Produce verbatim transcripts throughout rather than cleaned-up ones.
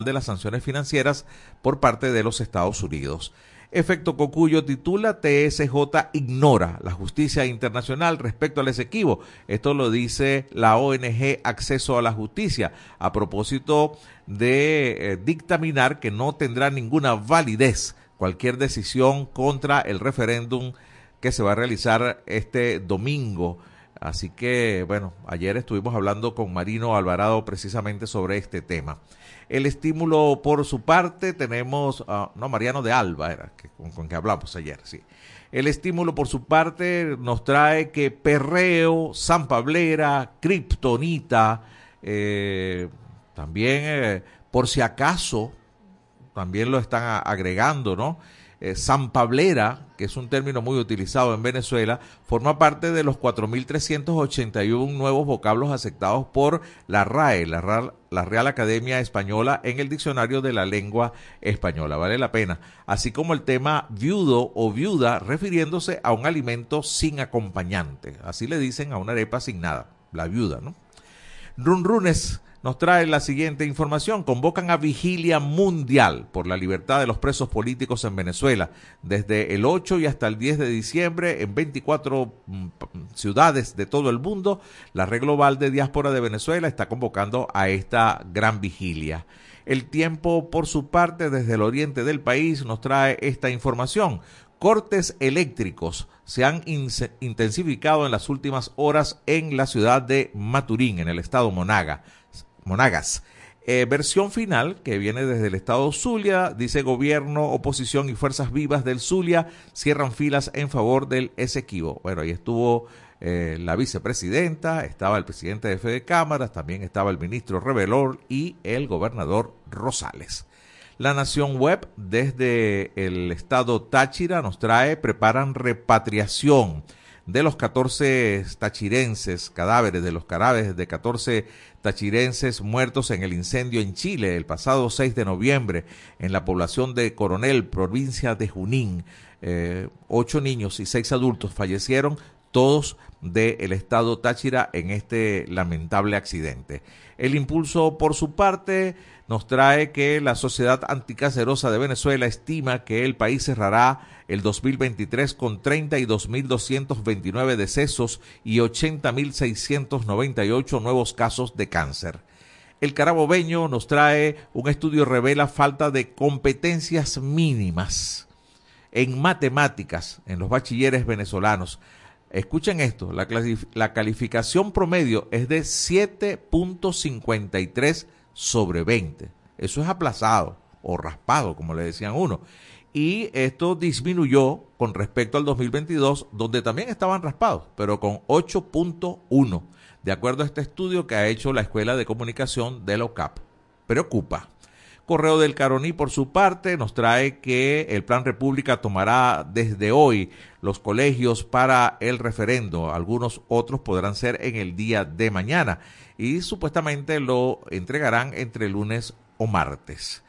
de las sanciones financieras por parte de los Estados Unidos. Efecto Cocuyo titula T S J ignora la justicia internacional respecto al Esequibo. Esto lo dice la O N G Acceso a la Justicia a propósito de eh, dictaminar que no tendrá ninguna validez cualquier decisión contra el referéndum que se va a realizar este domingo. Así que, bueno, ayer estuvimos hablando con Marino Alvarado precisamente sobre este tema. El estímulo por su parte tenemos, uh, no, Mariano de Alba era que, con, con que hablamos ayer, sí. El estímulo por su parte nos trae que perreo, sanpablera, kriptonita, eh, también eh, por si acaso, también lo están a, agregando, ¿no? Eh, sanpablera, que es un término muy utilizado en Venezuela, forma parte de los cuatro mil trescientos ochenta y uno nuevos vocablos aceptados por la R A E, la Real, la Real Academia Española, en el diccionario de la lengua española. Vale la pena. Así como el tema viudo o viuda, refiriéndose a un alimento sin acompañante. Así le dicen a una arepa sin nada, la viuda, ¿no? Runrunes nos trae la siguiente información. Convocan a vigilia mundial por la libertad de los presos políticos en Venezuela. Desde el ocho y hasta el diez de diciembre, en veinticuatro mm, ciudades de todo el mundo, la Red Global de Diáspora de Venezuela está convocando a esta gran vigilia. El Tiempo, por su parte, desde el oriente del país, nos trae esta información. Cortes eléctricos se han intensificado en las últimas horas en la ciudad de Maturín, en el estado Monaga. Monagas. Eh, versión final que viene desde el estado Zulia, dice gobierno, oposición y fuerzas vivas del Zulia cierran filas en favor del Esequibo. Bueno, ahí estuvo eh, la vicepresidenta, estaba el presidente de Fede Cámaras, también estaba el ministro Rebelor y el gobernador Rosales. La Nación Web desde el estado Táchira nos trae, preparan repatriación de los catorce tachirenses, cadáveres de los cadáveres de catorce tachirenses muertos en el incendio en Chile el pasado seis de noviembre en la población de Coronel, provincia de Junín. Eh, ocho niños y seis adultos fallecieron, todos del estado Táchira, en este lamentable accidente. El Impulso, por su parte, nos trae que la Sociedad Anticancerosa de Venezuela estima que el país cerrará el dos mil veintitrés con treinta y dos mil doscientos veintinueve decesos y ochenta mil seiscientos noventa y ocho nuevos casos de cáncer. El Carabobeño nos trae un estudio que revela falta de competencias mínimas en matemáticas en los bachilleres venezolanos. Escuchen esto, la, la calificación promedio es de siete punto cincuenta y tres sobre veinte. Eso es aplazado o raspado, como le decían uno. Y esto disminuyó con respecto al dos mil veintidós, donde también estaban raspados, pero con ocho punto uno, de acuerdo a este estudio que ha hecho la Escuela de Comunicación de la U C A P. Preocupa. Correo del Caroní, por su parte, nos trae que el Plan República tomará desde hoy los colegios para el referendo. Algunos otros podrán ser en el día de mañana y supuestamente lo entregarán entre lunes o martes.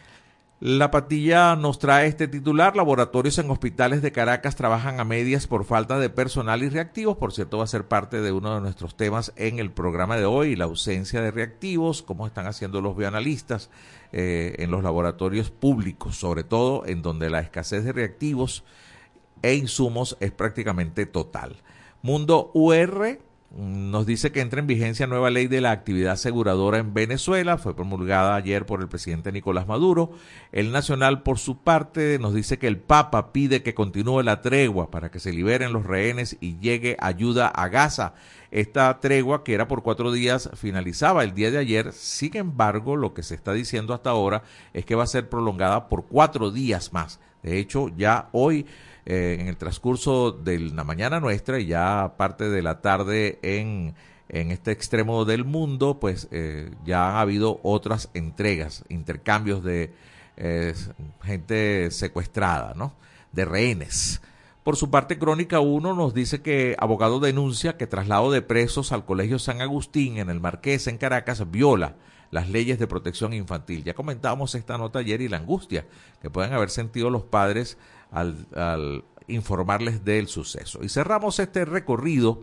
La Patilla nos trae este titular: laboratorios en hospitales de Caracas trabajan a medias por falta de personal y reactivos. Por cierto, va a ser parte de uno de nuestros temas en el programa de hoy, la ausencia de reactivos, cómo están haciendo los bioanalistas eh, en los laboratorios públicos, sobre todo en donde la escasez de reactivos e insumos es prácticamente total. Mundo U R nos dice que entra en vigencia nueva ley de la actividad aseguradora en Venezuela. Fue promulgada ayer por el presidente Nicolás Maduro. El Nacional, por su parte, nos dice que el Papa pide que continúe la tregua para que se liberen los rehenes y llegue ayuda a Gaza. Esta tregua, que era por cuatro días, finalizaba el día de ayer. Sin embargo, lo que se está diciendo hasta ahora es que va a ser prolongada por cuatro días más. De hecho, ya hoy, Eh, en el transcurso de la mañana nuestra y ya parte de la tarde en, en este extremo del mundo, pues eh, ya ha habido otras entregas, intercambios de eh, gente secuestrada, ¿no? De rehenes. Por su parte, Crónica uno nos dice que abogado denuncia que traslado de presos al Colegio San Agustín en el Marqués, en Caracas, viola las leyes de protección infantil. Ya comentábamos esta nota ayer y la angustia que pueden haber sentido los padres Al, al informarles del suceso. Y cerramos este recorrido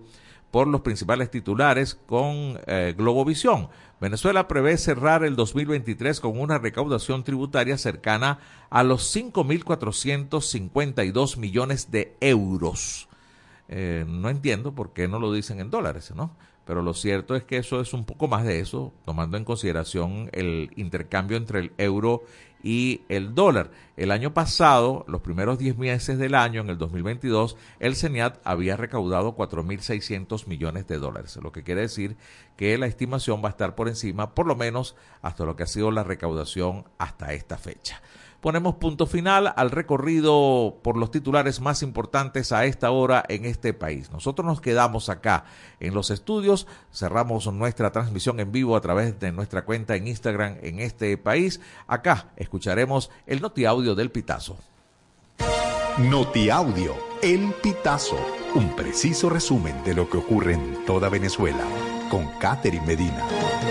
por los principales titulares con eh, Globovisión. Venezuela prevé cerrar el dos mil veintitrés con una recaudación tributaria cercana a los cinco mil cuatrocientos cincuenta y dos millones de euros. Eh, no entiendo por qué no lo dicen en dólares, ¿no? Pero lo cierto es que eso es un poco más de eso, tomando en consideración el intercambio entre el euro y el dólar. El año pasado, los primeros diez meses del año, en el dos mil veintidós, el CENIAT había recaudado cuatro mil seiscientos millones de dólares, lo que quiere decir que la estimación va a estar por encima, por lo menos hasta lo que ha sido la recaudación hasta esta fecha. Ponemos punto final al recorrido por los titulares más importantes a esta hora en este país. Nosotros nos quedamos acá en los estudios, cerramos nuestra transmisión en vivo a través de nuestra cuenta en Instagram en este país. Acá escucharemos el Notiaudio del Pitazo. Notiaudio, El Pitazo, un preciso resumen de lo que ocurre en toda Venezuela, con Catherine Medina.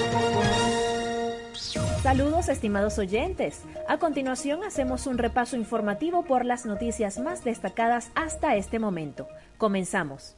Saludos, estimados oyentes. A continuación hacemos un repaso informativo por las noticias más destacadas hasta este momento. Comenzamos.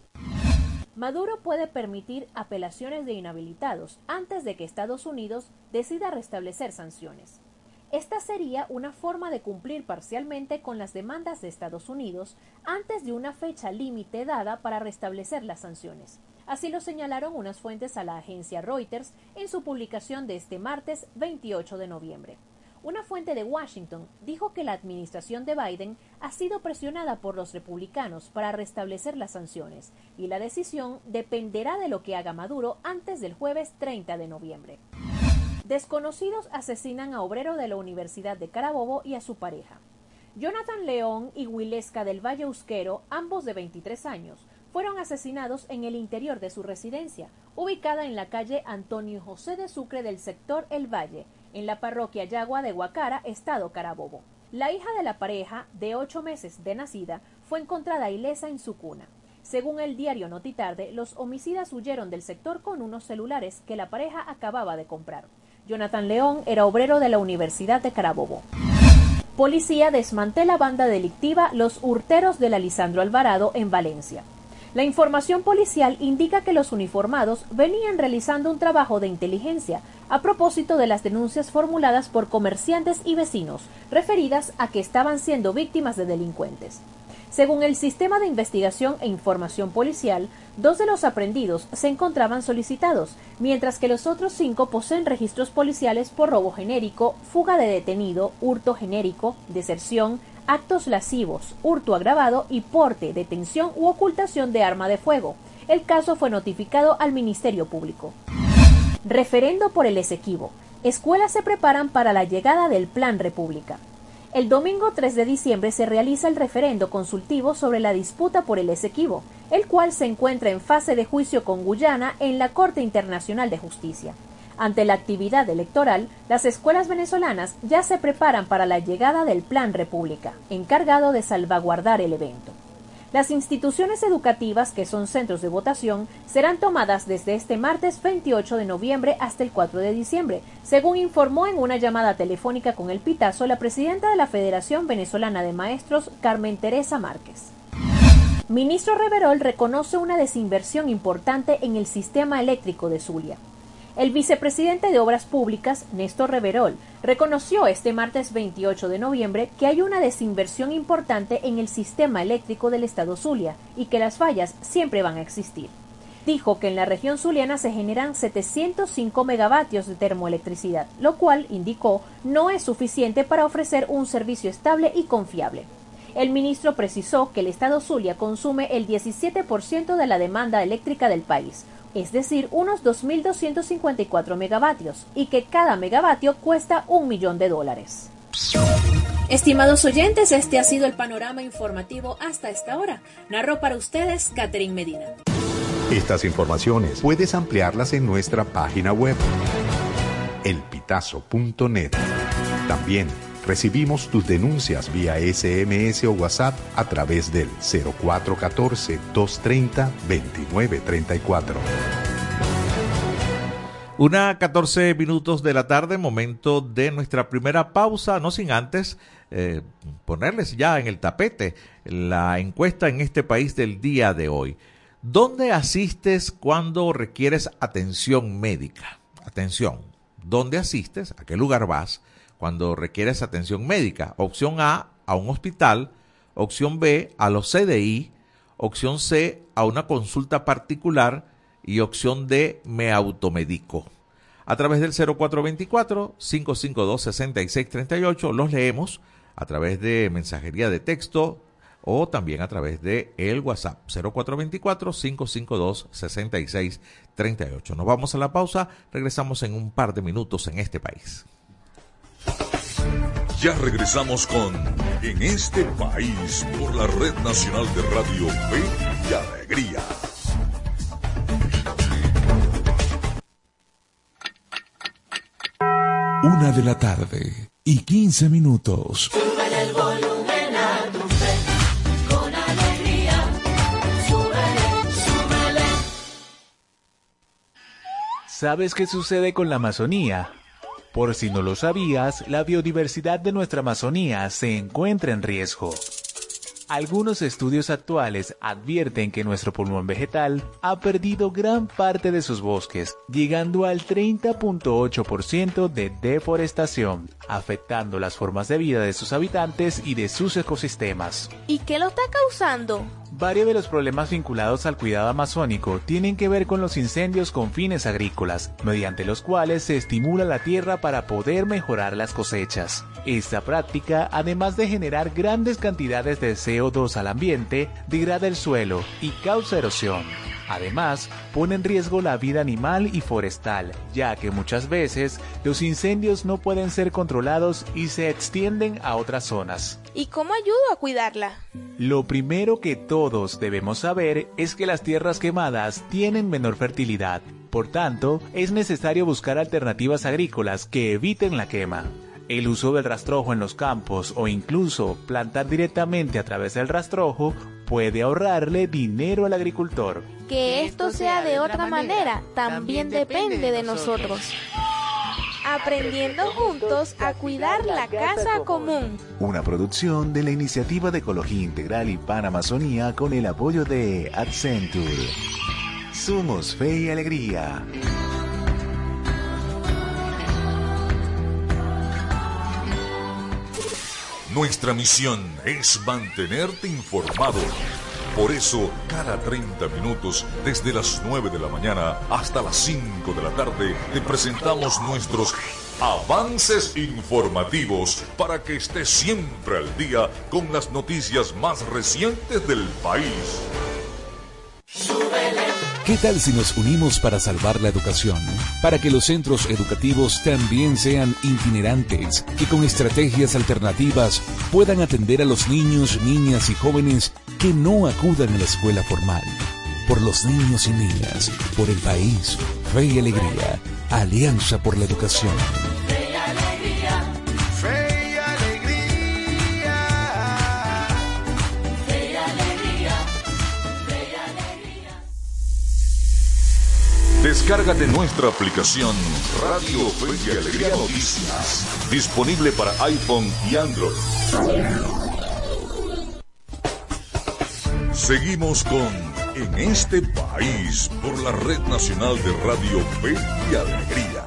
Maduro puede permitir apelaciones de inhabilitados antes de que Estados Unidos decida restablecer sanciones. Esta sería una forma de cumplir parcialmente con las demandas de Estados Unidos antes de una fecha límite dada para restablecer las sanciones. Así lo señalaron unas fuentes a la agencia Reuters en su publicación de este martes veintiocho de noviembre. Una fuente de Washington dijo que la administración de Biden ha sido presionada por los republicanos para restablecer las sanciones y la decisión dependerá de lo que haga Maduro antes del jueves treinta de noviembre. Desconocidos asesinan a obrero de la Universidad de Carabobo y a su pareja. Jonathan León y Huilesca del Valle Usquero, ambos de veintitrés años, fueron asesinados en el interior de su residencia, ubicada en la calle Antonio José de Sucre del sector El Valle, en la parroquia Yagua de Guacara, estado Carabobo. La hija de la pareja, de ocho meses de nacida, fue encontrada ilesa en su cuna. Según el diario Notitarde, los homicidas huyeron del sector con unos celulares que la pareja acababa de comprar. Jonathan León era obrero de la Universidad de Carabobo. Policía desmantela banda delictiva Los Hurteros de la Lisandro Alvarado en Valencia. La información policial indica que los uniformados venían realizando un trabajo de inteligencia a propósito de las denuncias formuladas por comerciantes y vecinos referidas a que estaban siendo víctimas de delincuentes. Según el Sistema de Investigación e Información Policial, dos de los aprehendidos se encontraban solicitados, mientras que los otros cinco poseen registros policiales por robo genérico, fuga de detenido, hurto genérico, deserción, actos lascivos, hurto agravado y porte, detención u ocultación de arma de fuego. El caso fue notificado al Ministerio Público. Referendo por el Esequibo. Escuelas se preparan para la llegada del Plan República. El domingo tres de diciembre se realiza el referendo consultivo sobre la disputa por el Esequibo, el cual se encuentra en fase de juicio con Guyana en la Corte Internacional de Justicia. Ante la actividad electoral, las escuelas venezolanas ya se preparan para la llegada del Plan República, encargado de salvaguardar el evento. Las instituciones educativas, que son centros de votación, serán tomadas desde este martes veintiocho de noviembre hasta el cuatro de diciembre, según informó en una llamada telefónica con el Pitazo la presidenta de la Federación Venezolana de Maestros, Carmen Teresa Márquez. Ministro Reverol reconoce una desinversión importante en el sistema eléctrico de Zulia. El vicepresidente de Obras Públicas, Néstor Reverol, reconoció este martes veintiocho de noviembre que hay una desinversión importante en el sistema eléctrico del estado Zulia y que las fallas siempre van a existir. Dijo que en la región zuliana se generan setecientos cinco megavatios de termoelectricidad, lo cual, indicó, no es suficiente para ofrecer un servicio estable y confiable. El ministro precisó que el estado Zulia consume el diecisiete por ciento de la demanda eléctrica del país, es decir, unos dos mil doscientos cincuenta y cuatro megavatios, y que cada megavatio cuesta un millón de dólares. Estimados oyentes, este ha sido el panorama informativo hasta esta hora. Narró para ustedes Catherine Medina. Estas informaciones puedes ampliarlas en nuestra página web, el pitazo punto net. También recibimos tus denuncias vía ese eme ese o WhatsApp a través del cero cuatro uno cuatro, dos tres cero, dos nueve tres cuatro. Una catorce minutos de la tarde, momento de nuestra primera pausa, no sin antes eh, ponerles ya en el tapete la encuesta en este país del día de hoy. ¿Dónde asistes cuando requieres atención médica? Atención, ¿dónde asistes? ¿A qué lugar vas cuando requieres atención médica? Opción A, a un hospital. Opción B, a los C D I. Opción C, a una consulta particular. Y opción D, me automedico. A través del cero cuatro dos cuatro, cinco cinco dos, seis seis tres ocho los leemos a través de mensajería de texto o también a través de el WhatsApp cero cuatro dos cuatro, cinco cinco dos, seis seis tres ocho. Nos vamos a la pausa, regresamos en un par de minutos en este país. Ya regresamos con En este país por la Red Nacional de Radio Fe y Alegría. Una de la tarde y quince minutos. Súbele el volumen a tu fe, con alegría. Súbele, súbele. ¿Sabes qué sucede con la Amazonía? Por si no lo sabías, la biodiversidad de nuestra Amazonía se encuentra en riesgo. Algunos estudios actuales advierten que nuestro pulmón vegetal ha perdido gran parte de sus bosques, llegando al treinta punto ocho por ciento de deforestación, afectando las formas de vida de sus habitantes y de sus ecosistemas. ¿Y qué lo está causando? Varios de los problemas vinculados al cuidado amazónico tienen que ver con los incendios con fines agrícolas, mediante los cuales se estimula la tierra para poder mejorar las cosechas. Esta práctica, además de generar grandes cantidades de C O dos al ambiente, degrada el suelo y causa erosión. Además, pone en riesgo la vida animal y forestal, ya que muchas veces los incendios no pueden ser controlados y se extienden a otras zonas. ¿Y cómo ayudo a cuidarla? Lo primero que todos debemos saber es que las tierras quemadas tienen menor fertilidad. Por tanto, es necesario buscar alternativas agrícolas que eviten la quema. El uso del rastrojo en los campos o incluso plantar directamente a través del rastrojo puede ahorrarle dinero al agricultor. Que esto sea de otra manera también depende de nosotros. Aprendiendo juntos a cuidar la casa común. Una producción de la Iniciativa de Ecología Integral y Panamazonía con el apoyo de Accenture. Somos Fe y Alegría. Nuestra misión es mantenerte informado. Por eso, cada treinta minutos, desde las nueve de la mañana hasta las cinco de la tarde, te presentamos nuestros avances informativos para que estés siempre al día con las noticias más recientes del país. ¿Qué tal si nos unimos para salvar la educación? Para que los centros educativos también sean itinerantes, que con estrategias alternativas puedan atender a los niños, niñas y jóvenes que no acudan a la escuela formal. Por los niños y niñas, por el país, Fe y Alegría, Alianza por la Educación. Fe y alegría. Fe y alegría. Fe y alegría. Fe y alegría. Descárgate nuestra aplicación Radio Fe y Alegría Noticias, disponible para iPhone y Android. Seguimos con En este país por la Red Nacional de Radio Fe y Alegría.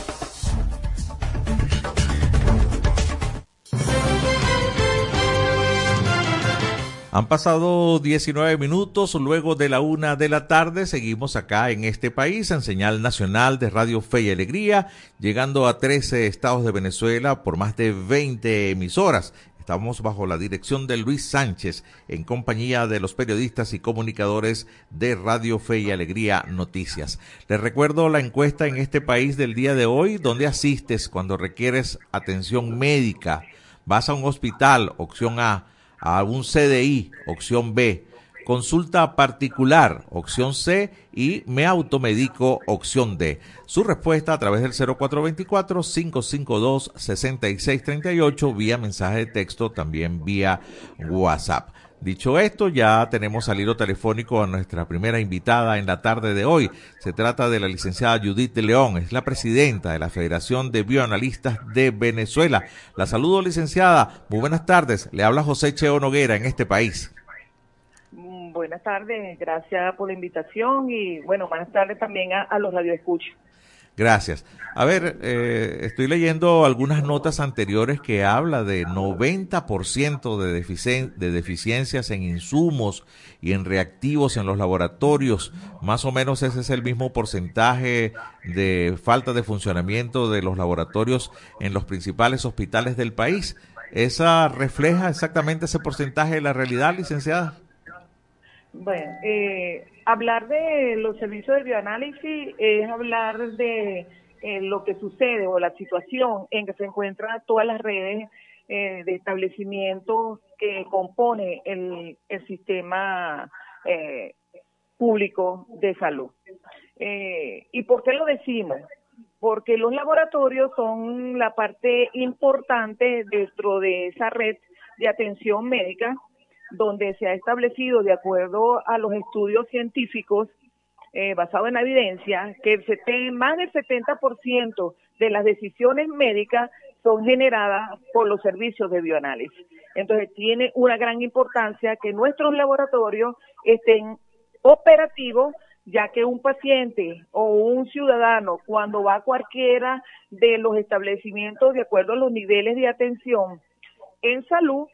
Han pasado diecinueve minutos luego de la una de la tarde. Seguimos acá en este país en señal nacional de Radio Fe y Alegría, llegando a trece estados de Venezuela por más de veinte emisoras. Estamos bajo la dirección de Luis Sánchez, en compañía de los periodistas y comunicadores de Radio Fe y Alegría Noticias. Les recuerdo la encuesta en este país del día de hoy. ¿Dónde asistes cuando requieres atención médica? ¿Vas a un hospital? Opción A. ¿A un C D I? Opción B. Consulta particular, opción C, y me automedico, opción D. Su respuesta a través del cero cuatro dos cuatro, cinco cinco dos, seis seis tres ocho, vía mensaje de texto, también vía WhatsApp. Dicho esto, ya tenemos al hilo telefónico a nuestra primera invitada en la tarde de hoy. Se trata de la licenciada Judith de León, es la presidenta de la Federación de Bioanalistas de Venezuela. La saludo, licenciada. Muy buenas tardes. Le habla José Cheo Noguera en este país. Buenas tardes, gracias por la invitación y bueno, buenas tardes también a, a los radioescuchas. Gracias. A ver, eh, estoy leyendo algunas notas anteriores que habla de noventa por ciento de, deficien de deficiencias en insumos y en reactivos en los laboratorios. Más o menos ese es el mismo porcentaje de falta de funcionamiento de los laboratorios en los principales hospitales del país. ¿Esa refleja exactamente ese porcentaje de la realidad, licenciada? Bueno, eh, hablar de los servicios de bioanálisis es hablar de eh, lo que sucede o la situación en que se encuentran todas las redes eh, de establecimientos que compone el, el sistema eh, público de salud. Eh, ¿Y por qué lo decimos? Porque los laboratorios son la parte importante dentro de esa red de atención médica, donde se ha establecido, de acuerdo a los estudios científicos eh, basados en la evidencia, que el setenta, más del setenta por ciento de las decisiones médicas son generadas por los servicios de bioanálisis. Entonces tiene una gran importancia que nuestros laboratorios estén operativos, ya que un paciente o un ciudadano cuando va a cualquiera de los establecimientos de acuerdo a los niveles de atención en salud,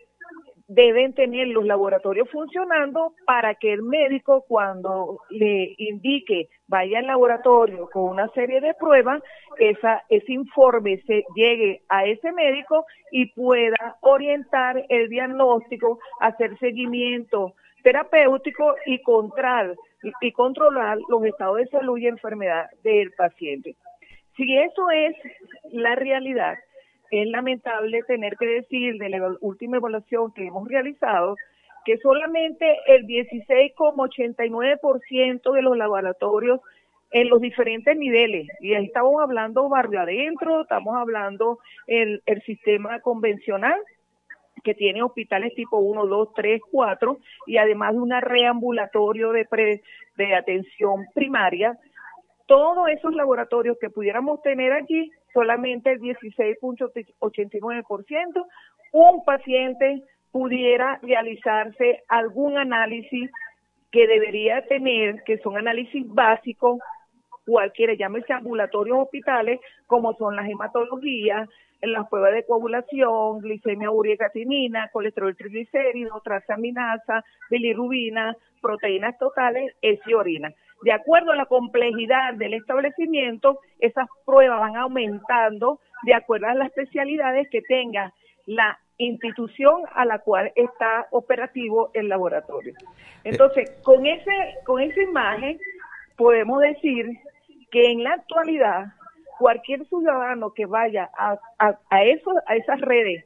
deben tener los laboratorios funcionando para que el médico, cuando le indique vaya al laboratorio con una serie de pruebas, esa, ese informe se llegue a ese médico y pueda orientar el diagnóstico, hacer seguimiento terapéutico y controlar, y controlar los estados de salud y enfermedad del paciente. Si eso es la realidad, es lamentable tener que decir de la última evaluación que hemos realizado que solamente el dieciséis coma ochenta y nueve por ciento de los laboratorios en los diferentes niveles, y ahí estamos hablando barrio adentro, estamos hablando el, el sistema convencional, que tiene hospitales tipo uno, dos, tres, cuatro, y además de una red ambulatorio de, pre, de atención primaria. Todos esos laboratorios que pudiéramos tener allí, solamente el dieciséis coma ochenta y nueve por ciento, un paciente pudiera realizarse algún análisis que debería tener, que son análisis básicos, cualquiera, llámese ambulatorios hospitales, como son las hematologías, las pruebas de coagulación, glicemia urea y creatinina, colesterol triglicéridos, transaminasa, bilirrubina, proteínas totales, heces y orina. De acuerdo a la complejidad del establecimiento, esas pruebas van aumentando de acuerdo a las especialidades que tenga la institución a la cual está operativo el laboratorio. Entonces, con ese, con esa imagen podemos decir que en la actualidad cualquier ciudadano que vaya a, a, a, eso, a esas redes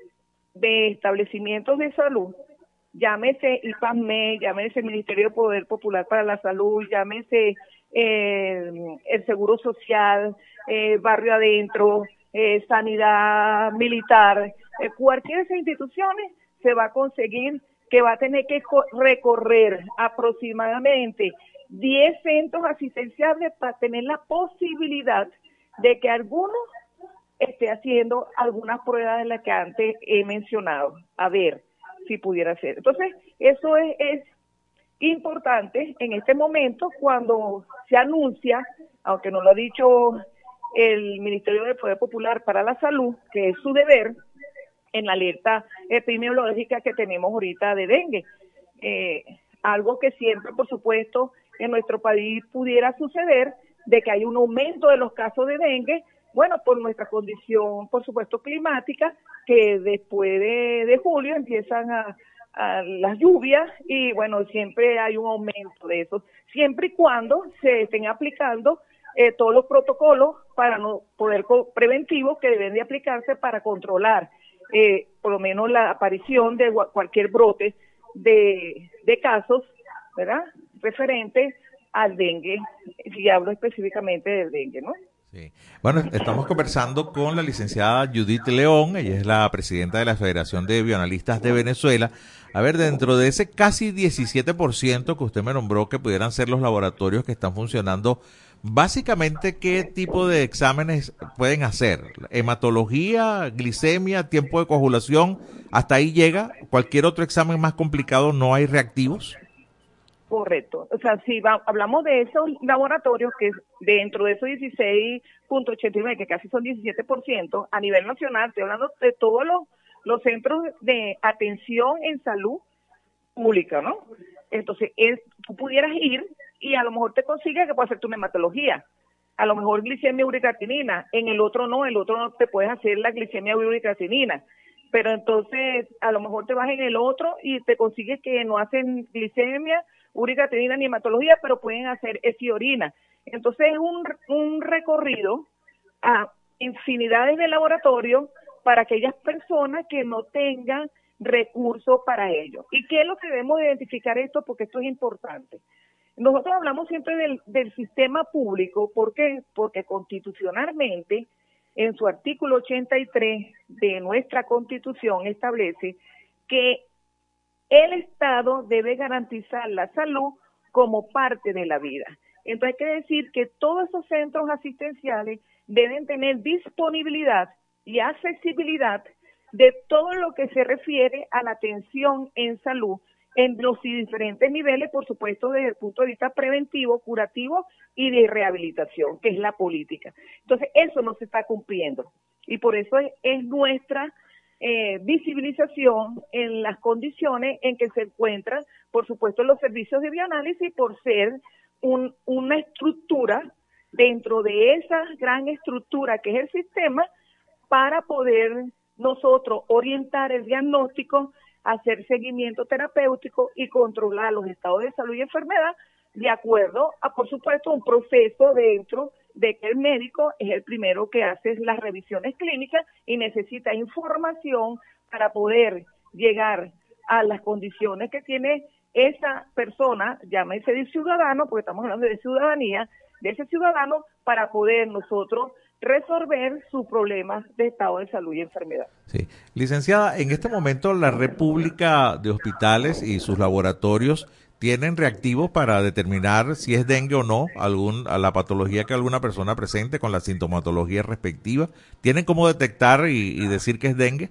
de establecimientos de salud, llámese IPASMED, llámese Ministerio de Poder Popular para la Salud, llámese eh, el Seguro Social, eh, Barrio Adentro, eh, Sanidad Militar, eh, cualquiera de esas instituciones se va a conseguir que va a tener que recorrer aproximadamente diez centros asistenciales para tener la posibilidad de que alguno esté haciendo algunas pruebas de las que antes he mencionado. A ver si pudiera ser. Entonces, eso es, es importante en este momento cuando se anuncia, aunque no lo ha dicho el Ministerio del Poder Popular para la Salud, que es su deber en la alerta epidemiológica que tenemos ahorita de dengue. Eh, algo que siempre, por supuesto, en nuestro país pudiera suceder, de que hay un aumento de los casos de dengue, bueno, por nuestra condición, por supuesto, climática, que después de, de julio empiezan a, a las lluvias y, bueno, siempre hay un aumento de eso, siempre y cuando se estén aplicando eh, todos los protocolos para no poder preventivos que deben de aplicarse para controlar eh, por lo menos la aparición de cualquier brote de, de casos, ¿verdad?, referentes al dengue, si hablo específicamente del dengue, ¿no? Sí. Bueno, estamos conversando con la licenciada Judith León, ella es la presidenta de la Federación de Bioanalistas de Venezuela. A ver, dentro de ese casi diecisiete por ciento que usted me nombró que pudieran ser los laboratorios que están funcionando, básicamente, ¿qué tipo de exámenes pueden hacer? Hematología, glicemia, tiempo de coagulación, ¿hasta ahí llega? ¿Cualquier otro examen más complicado no hay reactivos? Correcto. O sea, si va, hablamos de esos laboratorios que dentro de esos dieciséis punto ochenta y nueve, que casi son diecisiete por ciento, a nivel nacional, estoy hablando de todos los, los centros de atención en salud pública, ¿no? Entonces, es, tú pudieras ir y a lo mejor te consigues que puedes hacer tu hematología, a lo mejor glicemia uricatinina, en el otro no, el otro no te puedes hacer la glicemia uricatinina, pero entonces a lo mejor te vas en el otro y te consigues que no hacen glicemia, uricatinina ni hematología, pero pueden hacer efiorina. Entonces es un, un recorrido a infinidades de laboratorios para aquellas personas que no tengan recursos para ello. ¿Y qué es lo que debemos identificar esto? Porque esto es importante. Nosotros hablamos siempre del, del sistema público, ¿por qué? Porque constitucionalmente, en su artículo ochenta y tres de nuestra Constitución establece que el Estado debe garantizar la salud como parte de la vida. Entonces hay que decir que todos esos centros asistenciales deben tener disponibilidad y accesibilidad de todo lo que se refiere a la atención en salud en los diferentes niveles, por supuesto, desde el punto de vista preventivo, curativo y de rehabilitación, que es la política. Entonces, eso no se está cumpliendo. Y por eso es, es nuestra eh, visibilización en las condiciones en que se encuentran, por supuesto, los servicios de bioanálisis, por ser un, una estructura dentro de esa gran estructura que es el sistema, para poder nosotros orientar el diagnóstico, hacer seguimiento terapéutico y controlar los estados de salud y enfermedad de acuerdo a, por supuesto, un proceso dentro de que el médico es el primero que hace las revisiones clínicas y necesita información para poder llegar a las condiciones que tiene esa persona, llámese de ciudadano, porque estamos hablando de ciudadanía, de ese ciudadano, para poder nosotros resolver sus problemas de estado de salud y enfermedad. Sí. Licenciada, en este momento la Red Pública de Hospitales y sus laboratorios tienen reactivos para determinar si es dengue o no, algún a la patología que alguna persona presente con la sintomatología respectiva. ¿Tienen cómo detectar y, y decir que es dengue?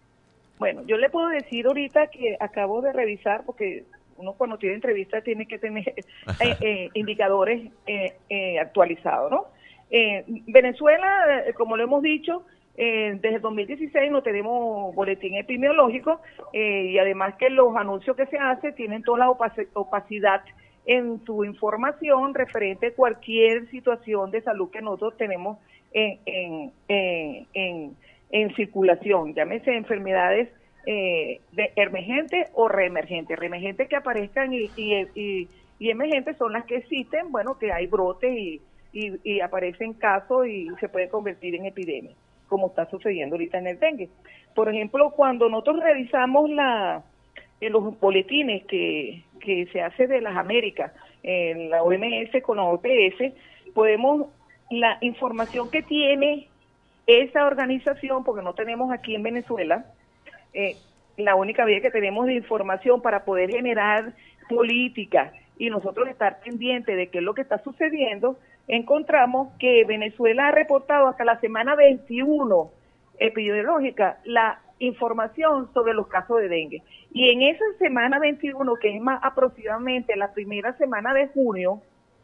Bueno, yo le puedo decir ahorita que acabo de revisar, porque uno cuando tiene entrevista tiene que tener eh, eh, indicadores eh, eh, actualizados, ¿no? Eh, Venezuela, eh, como lo hemos dicho, eh, desde el dos mil dieciséis no tenemos boletín epidemiológico eh, y además que los anuncios que se hacen tienen toda la opac- opacidad en su información referente a cualquier situación de salud que nosotros tenemos en, en, en, en, en circulación, llámese enfermedades eh, de emergentes o reemergentes, reemergentes que aparezcan y, y, y, y emergentes son las que existen, bueno, que hay brotes y Y, y aparecen casos y se puede convertir en epidemia, como está sucediendo ahorita en el dengue. Por ejemplo, cuando nosotros revisamos la, en los boletines que, que se hace de las Américas, en la O M S con la O P S, podemos, la información que tiene esa organización, porque no tenemos aquí en Venezuela, eh, la única vía que tenemos de información para poder generar políticas y nosotros estar pendientes de qué es lo que está sucediendo, encontramos que Venezuela ha reportado hasta la semana veintiuno epidemiológica la información sobre los casos de dengue. Y en esa semana veintiuno, que es más aproximadamente la primera semana de junio,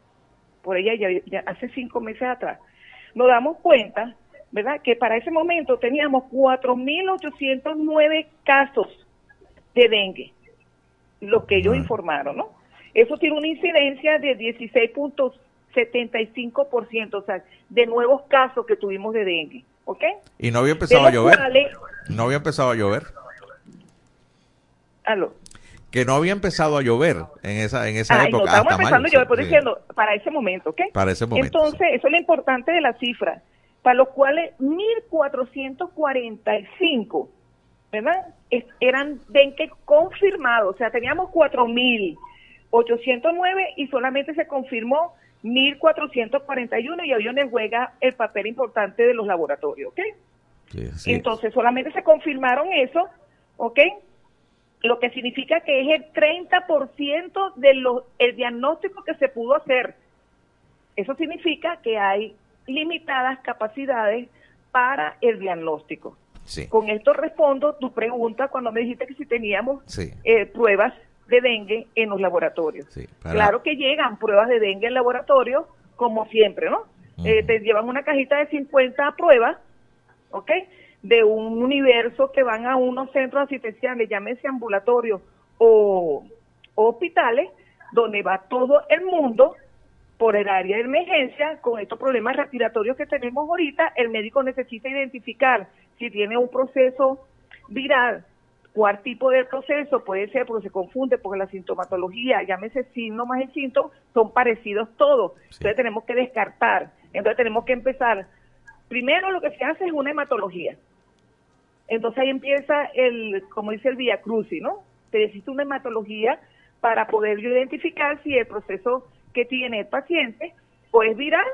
por ella ya, ya hace cinco meses atrás, nos damos cuenta, ¿verdad?, que para ese momento teníamos cuatro mil ochocientos nueve casos de dengue, los que ellos informaron, ¿no? Eso tiene una incidencia de dieciséis punto setenta y cinco por ciento, o sea, de nuevos casos que tuvimos de dengue, ¿ok? ¿Y no había empezado a llover? Cuales, ¿No había empezado a llover? ¿Aló? Que no había empezado a llover en esa en esa Ay, época. no, estamos hasta empezando mayo, a llover, sí, por sí. diciendo, para ese momento, ¿ok? Para ese momento. Entonces, eso es lo importante de la cifra, para los cuales mil cuatrocientos cuarenta y cinco, ¿verdad?, Es, eran dengue confirmados, o sea, teníamos cuatro mil ochocientos nueve y solamente se confirmó mil cuatrocientos cuarenta y uno y ahí donde juega el papel importante de los laboratorios, ¿ok? Sí, sí. Entonces solamente se confirmaron eso, ¿ok? Lo que significa que es el treinta por ciento de los el diagnóstico que se pudo hacer. Eso significa que hay limitadas capacidades para el diagnóstico. Sí. Con esto respondo tu pregunta cuando me dijiste que si teníamos Sí. eh, pruebas de dengue en los laboratorios. Sí, para... Claro que llegan pruebas de dengue en laboratorio, como siempre, ¿no? Uh-huh. Eh, te llevan una cajita de cincuenta pruebas, ¿ok? De un universo que van a unos centros asistenciales, llámese ambulatorios o, o hospitales, donde va todo el mundo por el área de emergencia con estos problemas respiratorios que tenemos ahorita. El médico necesita identificar si tiene un proceso viral, cuál tipo de proceso puede ser, porque se confunde, porque la sintomatología, llámese síntomas y síntomas, son parecidos todos. Sí. Entonces tenemos que descartar. Entonces tenemos que empezar. Primero lo que se hace es una hematología. Entonces ahí empieza el, como dice el Vía Crucis, ¿no? Se necesita una hematología para poder yo identificar si el proceso que tiene el paciente o es viral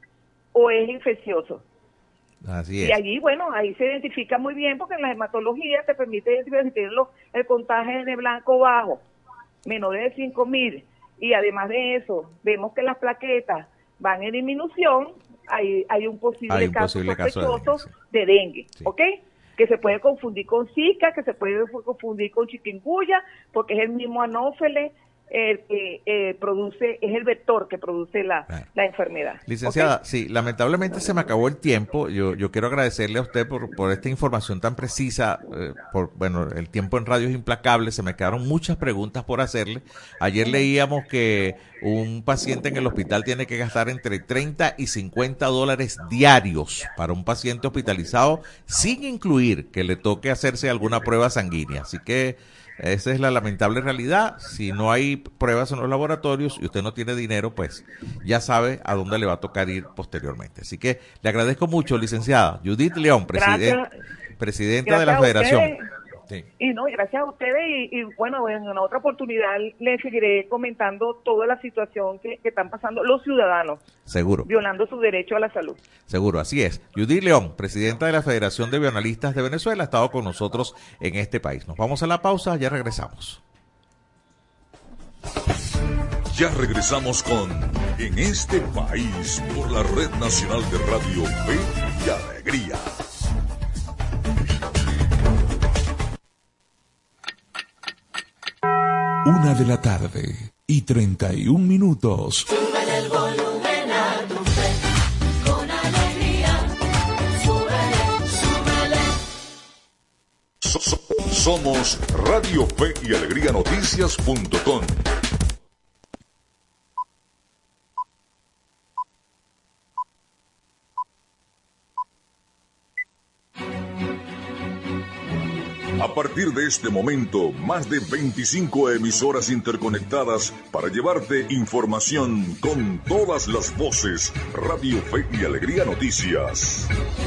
o es infeccioso. Así es. Y allí, bueno, ahí se identifica muy bien porque en la hematología te permite identificar si tienes el contagio de blanco bajo, menor de cinco mil, y además de eso, vemos que las plaquetas van en disminución, hay, hay un posible, hay un caso posible sospechoso caso de dengue, de dengue sí. ¿ok? Que se puede confundir con Zika, que se puede confundir con chikungunya, porque es el mismo anófeles el que eh, produce, es el vector que produce la, right. la enfermedad. Licenciada, ¿okay? Sí, lamentablemente se me acabó el tiempo. Yo yo quiero agradecerle a usted por, por esta información tan precisa. Eh, por bueno, el tiempo en radio es implacable. Se me quedaron muchas preguntas por hacerle. Ayer leíamos que un paciente en el hospital tiene que gastar entre treinta y cincuenta dólares diarios para un paciente hospitalizado, sin incluir que le toque hacerse alguna prueba sanguínea. Así que esa es la lamentable realidad. Si no hay pruebas en los laboratorios y usted no tiene dinero, pues ya sabe a dónde le va a tocar ir posteriormente. Así que le agradezco mucho, licenciada Judith León, presiden- presidenta gracias de la Federación. Sí. Y no, gracias a ustedes y, y bueno, en una otra oportunidad les seguiré comentando toda la situación que, que están pasando los ciudadanos. Seguro. Violando su derecho a la salud. Seguro, así es. Judith León, presidenta de la Federación de Bioanalistas de Venezuela, ha estado con nosotros en este país. Nos vamos a la pausa, ya regresamos. Ya regresamos con En este país por la Red Nacional de Radio Fe y Alegría. Una de la tarde y treinta y un minutos. Súbele el volumen a tu fe, con alegría. Súbele, súbele. So, so, somos Radio Fe y Alegría Noticias punto com. A partir de este momento, más de veinticinco emisoras interconectadas para llevarte información con todas las voces. Radio Fe y Alegría Noticias.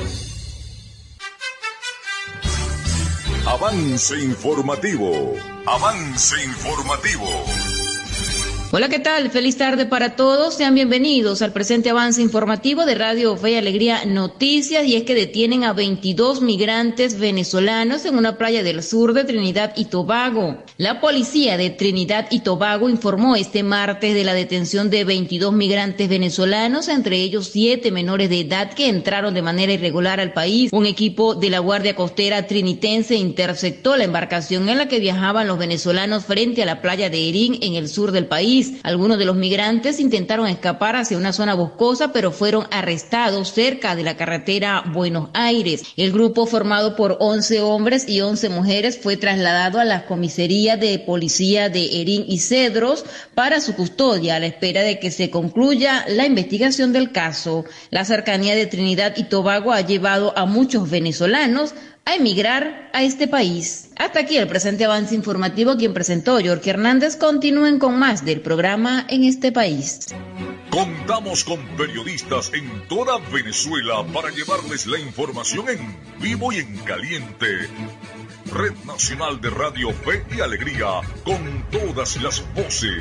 Avance informativo. Avance informativo. Hola, ¿qué tal? Feliz tarde para todos. Sean bienvenidos al presente avance informativo de Radio Fe y Alegría Noticias. Y es que detienen a veintidós migrantes venezolanos en una playa del sur de Trinidad y Tobago. La policía de Trinidad y Tobago informó este martes de la detención de veintidós migrantes venezolanos, entre ellos siete menores de edad que entraron de manera irregular al país. Un equipo de la Guardia Costera trinitense interceptó la embarcación en la que viajaban los venezolanos frente a la playa de Erín en el sur del país. Algunos de los migrantes intentaron escapar hacia una zona boscosa, pero fueron arrestados cerca de la carretera Buenos Aires. El grupo, formado por once hombres y once mujeres, fue trasladado a la comisaría de policía de Erín y Cedros para su custodia, a la espera de que se concluya la investigación del caso. La cercanía de Trinidad y Tobago ha llevado a muchos venezolanos a emigrar a este país. Hasta aquí el presente avance informativo, quien presentó York Hernández. Continúen con más del programa En este país. Contamos con periodistas en toda Venezuela para llevarles la información en vivo y en caliente. Red Nacional de Radio Fe y Alegría, con todas las voces.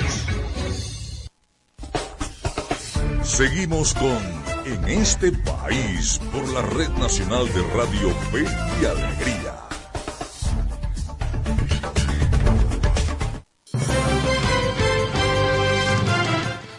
Seguimos con En este país por la Red Nacional de Radio Fe y Alegría.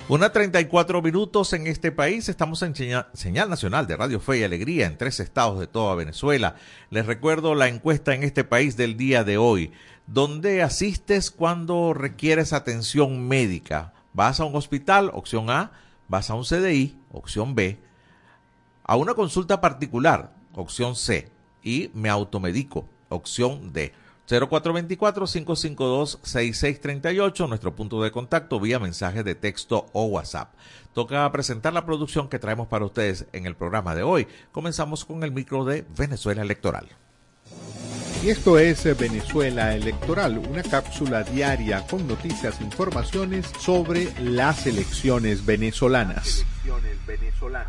Una treinta y cuatro minutos en este país. Estamos en señal, señal nacional de Radio Fe y Alegría en tres estados de toda Venezuela. Les recuerdo la encuesta en este país del día de hoy. ¿Dónde asistes cuando requieres atención médica? ¿Vas a un hospital? Opción A. ¿Vas a un C D I? Opción B. ¿A una consulta particular? Opción C. Y me automedico. Opción D. cero cuatro dos cuatro, cinco cinco dos, seis seis tres ocho, nuestro punto de contacto vía mensaje de texto o WhatsApp. Toca presentar la producción que traemos para ustedes en el programa de hoy. Comenzamos con el micro de Venezuela Electoral. Y esto es Venezuela Electoral, una cápsula diaria con noticias e informaciones sobre las elecciones venezolanas. Elecciones venezolanas.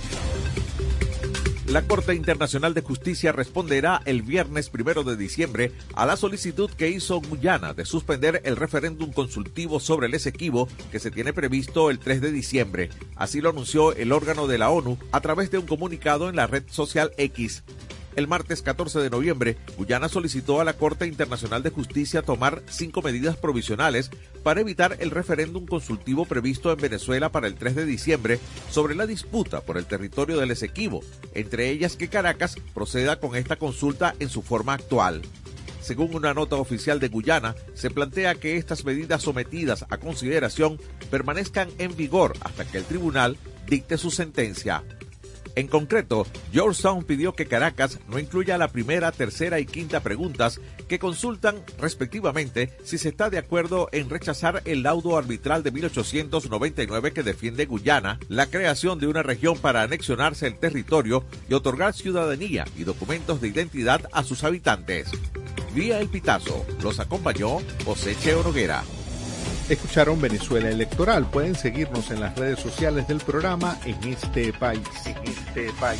La Corte Internacional de Justicia responderá el viernes primero de diciembre a la solicitud que hizo Guyana de suspender el referéndum consultivo sobre el Esequibo que se tiene previsto el tres de diciembre. Así lo anunció el órgano de la ONU a través de un comunicado en la red social X. El martes catorce de noviembre, Guyana solicitó a la Corte Internacional de Justicia tomar cinco medidas provisionales para evitar el referéndum consultivo previsto en Venezuela para el tres de diciembre sobre la disputa por el territorio del Esequibo, entre ellas que Caracas proceda con esta consulta en su forma actual. Según una nota oficial de Guyana, se plantea que estas medidas sometidas a consideración permanezcan en vigor hasta que el tribunal dicte su sentencia. En concreto, Georgetown pidió que Caracas no incluya la primera, tercera y quinta preguntas que consultan respectivamente si se está de acuerdo en rechazar el laudo arbitral de mil ochocientos noventa y nueve que defiende Guyana, la creación de una región para anexionarse el territorio y otorgar ciudadanía y documentos de identidad a sus habitantes. Vía El Pitazo, los acompañó José Cheo Noguera. Escucharon Venezuela Electoral. Pueden seguirnos en las redes sociales del programa en este país. En este país.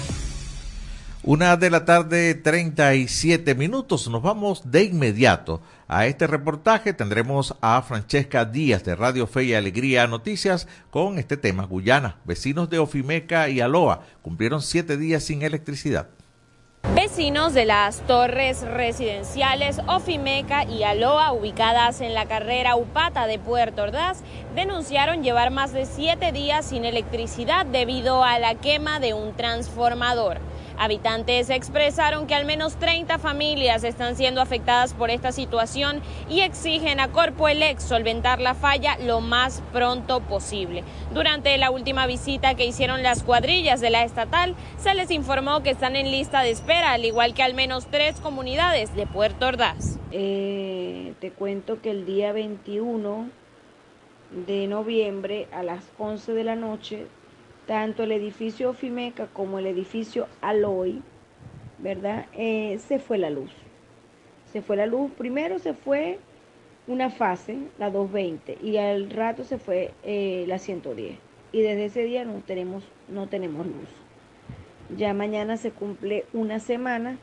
Una de la tarde, treinta y siete minutos. Nos vamos de inmediato a este reportaje. Tendremos a Francesca Díaz de Radio Fe y Alegría Noticias con este tema. Guyana, vecinos de Ofimeca y Aloa cumplieron siete días sin electricidad. Vecinos de las torres residenciales Ofimeca y Aloa, ubicadas en la carrera Upata de Puerto Ordaz, denunciaron llevar más de siete días sin electricidad debido a la quema de un transformador. Habitantes expresaron que al menos treinta familias están siendo afectadas por esta situación y exigen a Corpoelec solventar la falla lo más pronto posible. Durante la última visita que hicieron las cuadrillas de la estatal, se les informó que están en lista de espera, al igual que al menos tres comunidades de Puerto Ordaz. Eh, te cuento que el día veintiuno de noviembre a las once de la noche, tanto el edificio Ofimeca como el edificio Aloy, ¿verdad? Eh, se fue la luz. Se fue la luz. Primero se fue una fase, la doscientos veinte, y al rato se fue eh, la ciento diez. Y desde ese día no tenemos, no tenemos luz. Ya mañana se cumple una semana.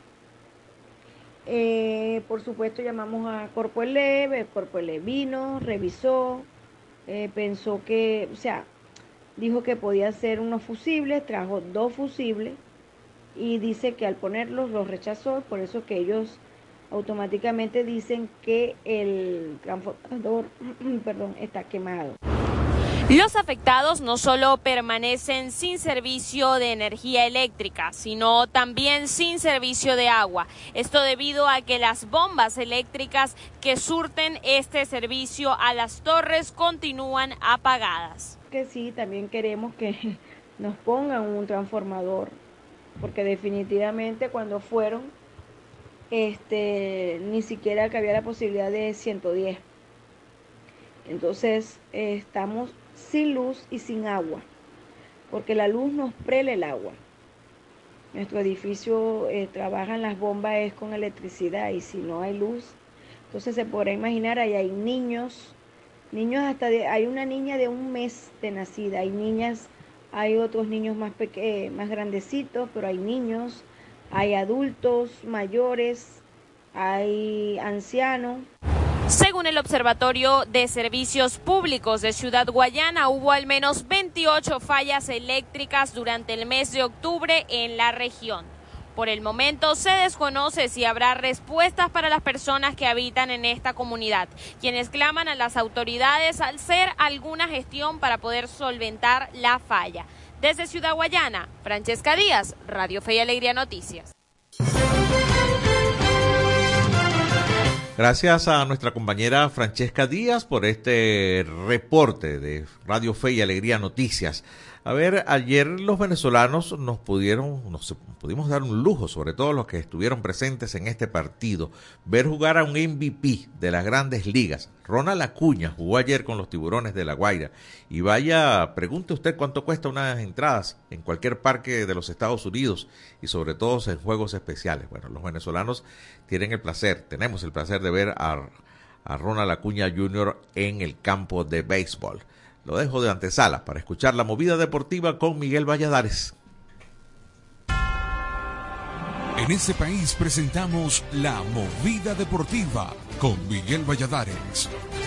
Eh, por supuesto llamamos a Corpoelec, el Corpoelec vino, revisó, eh, pensó que, o sea, dijo que podía hacer unos fusibles, trajo dos fusibles y dice que al ponerlos los rechazó, por eso que ellos automáticamente dicen que el transformador perdón, está quemado. Los afectados no solo permanecen sin servicio de energía eléctrica, sino también sin servicio de agua. Esto debido a que las bombas eléctricas que surten este servicio a las torres continúan apagadas. Que sí, también queremos que nos pongan un transformador, porque definitivamente cuando fueron, este, ni siquiera que había la posibilidad de ciento diez. Entonces eh, estamos sin luz y sin agua, porque la luz nos prela el agua. Nuestro edificio eh, trabaja en las bombas es con electricidad, y si no hay luz, entonces se podrá imaginar, ahí hay niños, niños hasta de, hay una niña de un mes de nacida, hay niñas, hay otros niños más peque, más grandecitos, pero hay niños, hay adultos mayores, hay ancianos. Según el Observatorio de Servicios Públicos de Ciudad Guayana, hubo al menos veintiocho fallas eléctricas durante el mes de octubre en la región. Por el momento se desconoce si habrá respuestas para las personas que habitan en esta comunidad, quienes claman a las autoridades al hacer alguna gestión para poder solventar la falla. Desde Ciudad Guayana, Francesca Díaz, Radio Fe y Alegría Noticias. Gracias a nuestra compañera Francesca Díaz por este reporte de Radio Fe y Alegría Noticias. A ver, ayer los venezolanos nos pudieron, nos pudimos dar un lujo, sobre todo los que estuvieron presentes en este partido, ver jugar a un M V P de las Grandes Ligas. Ronald Acuña jugó ayer con los Tiburones de La Guaira. Y vaya, pregunte usted cuánto cuesta unas entradas en cualquier parque de los Estados Unidos y sobre todo en juegos especiales. Bueno, los venezolanos tienen el placer, tenemos el placer de ver a, a Ronald Acuña junior en el campo de béisbol. Lo dejo de antesala para escuchar la movida deportiva con Miguel Valladares. En este país presentamos la movida deportiva con Miguel Valladares.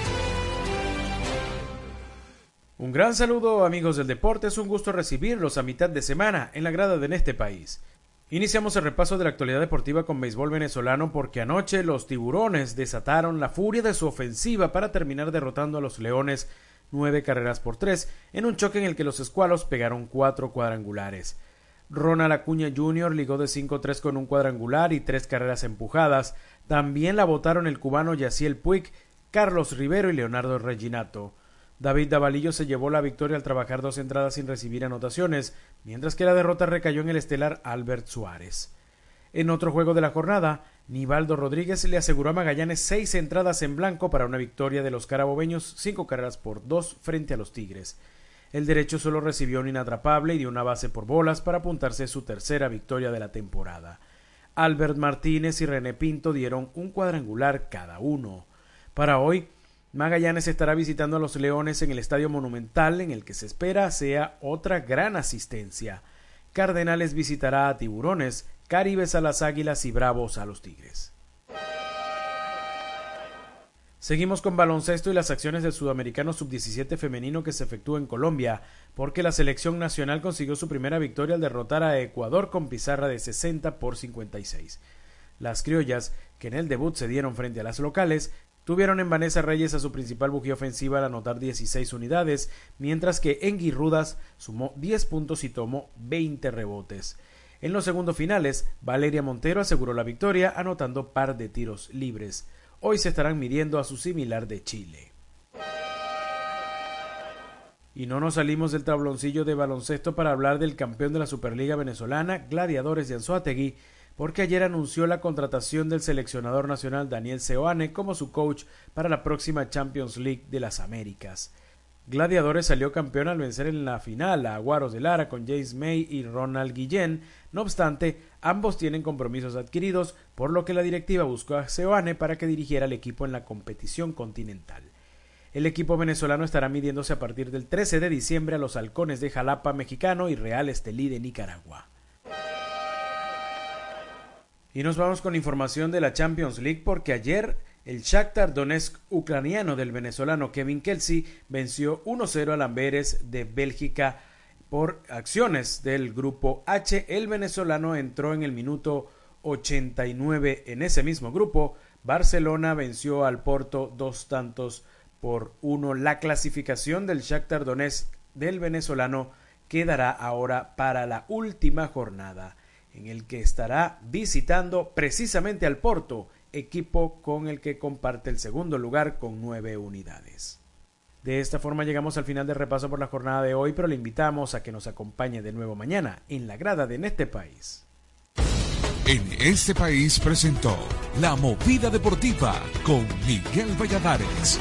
Un gran saludo, amigos del deporte, es un gusto recibirlos a mitad de semana en la grada de En este país. Iniciamos el repaso de la actualidad deportiva con béisbol venezolano porque anoche los Tiburones desataron la furia de su ofensiva para terminar derrotando a los Leones nueve carreras por tres, en un choque en el que los escualos pegaron cuatro cuadrangulares. Ronald Acuña junior ligó de cinco tres con un cuadrangular y tres carreras empujadas. También la botaron el cubano Yaciel Puig, Carlos Rivero y Leonardo Reginato. David Davalillo se llevó la victoria al trabajar dos entradas sin recibir anotaciones, mientras que la derrota recayó en el estelar Albert Suárez. En otro juego de la jornada, Nivaldo Rodríguez le aseguró a Magallanes seis entradas en blanco para una victoria de los carabobeños, cinco carreras por dos frente a los Tigres. El derecho solo recibió un inatrapable y dio una base por bolas para apuntarse su tercera victoria de la temporada. Albert Martínez y René Pinto dieron un cuadrangular cada uno. Para hoy, Magallanes estará visitando a los Leones en el Estadio Monumental, en el que se espera sea otra gran asistencia. Cardenales visitará a Tiburones, Caribes a las Águilas y Bravos a los Tigres. Seguimos con baloncesto y las acciones del sudamericano sub diecisiete femenino que se efectúa en Colombia, porque la selección nacional consiguió su primera victoria al derrotar a Ecuador con pizarra de sesenta por cincuenta y seis. Las criollas, que en el debut se dieron frente a las locales, tuvieron en Vanessa Reyes a su principal bujía ofensiva al anotar dieciséis unidades, mientras que Engui Rudas sumó diez puntos y tomó veinte rebotes. En los segundos finales, Valeria Montero aseguró la victoria anotando par de tiros libres. Hoy se estarán midiendo a su similar de Chile. Y no nos salimos del tabloncillo de baloncesto para hablar del campeón de la Superliga venezolana, Gladiadores de Anzoátegui, porque ayer anunció la contratación del seleccionador nacional Daniel Seoane como su coach para la próxima Champions League de las Américas. Gladiadores salió campeón al vencer en la final a Aguaros de Lara con James May y Ronald Guillén. No obstante, ambos tienen compromisos adquiridos, por lo que la directiva buscó a Seoane para que dirigiera al equipo en la competición continental. El equipo venezolano estará midiéndose a partir del trece de diciembre a los Halcones de Jalapa mexicano y Real Estelí de Nicaragua. Y nos vamos con información de la Champions League porque ayer el Shakhtar Donetsk ucraniano del venezolano Kevin Kelsey venció uno cero al Amberes de Bélgica por acciones del grupo H. El venezolano entró en el minuto ochenta y nueve en ese mismo grupo. Barcelona venció al Porto dos tantos por uno. La clasificación del Shakhtar Donetsk del venezolano quedará ahora para la última jornada, en el que estará visitando precisamente al Porto, equipo con el que comparte el segundo lugar con nueve unidades. De esta forma llegamos al final del repaso por la jornada de hoy, pero le invitamos a que nos acompañe de nuevo mañana en la grada de En este país. En este país presentó La Movida Deportiva con Miguel Valladares.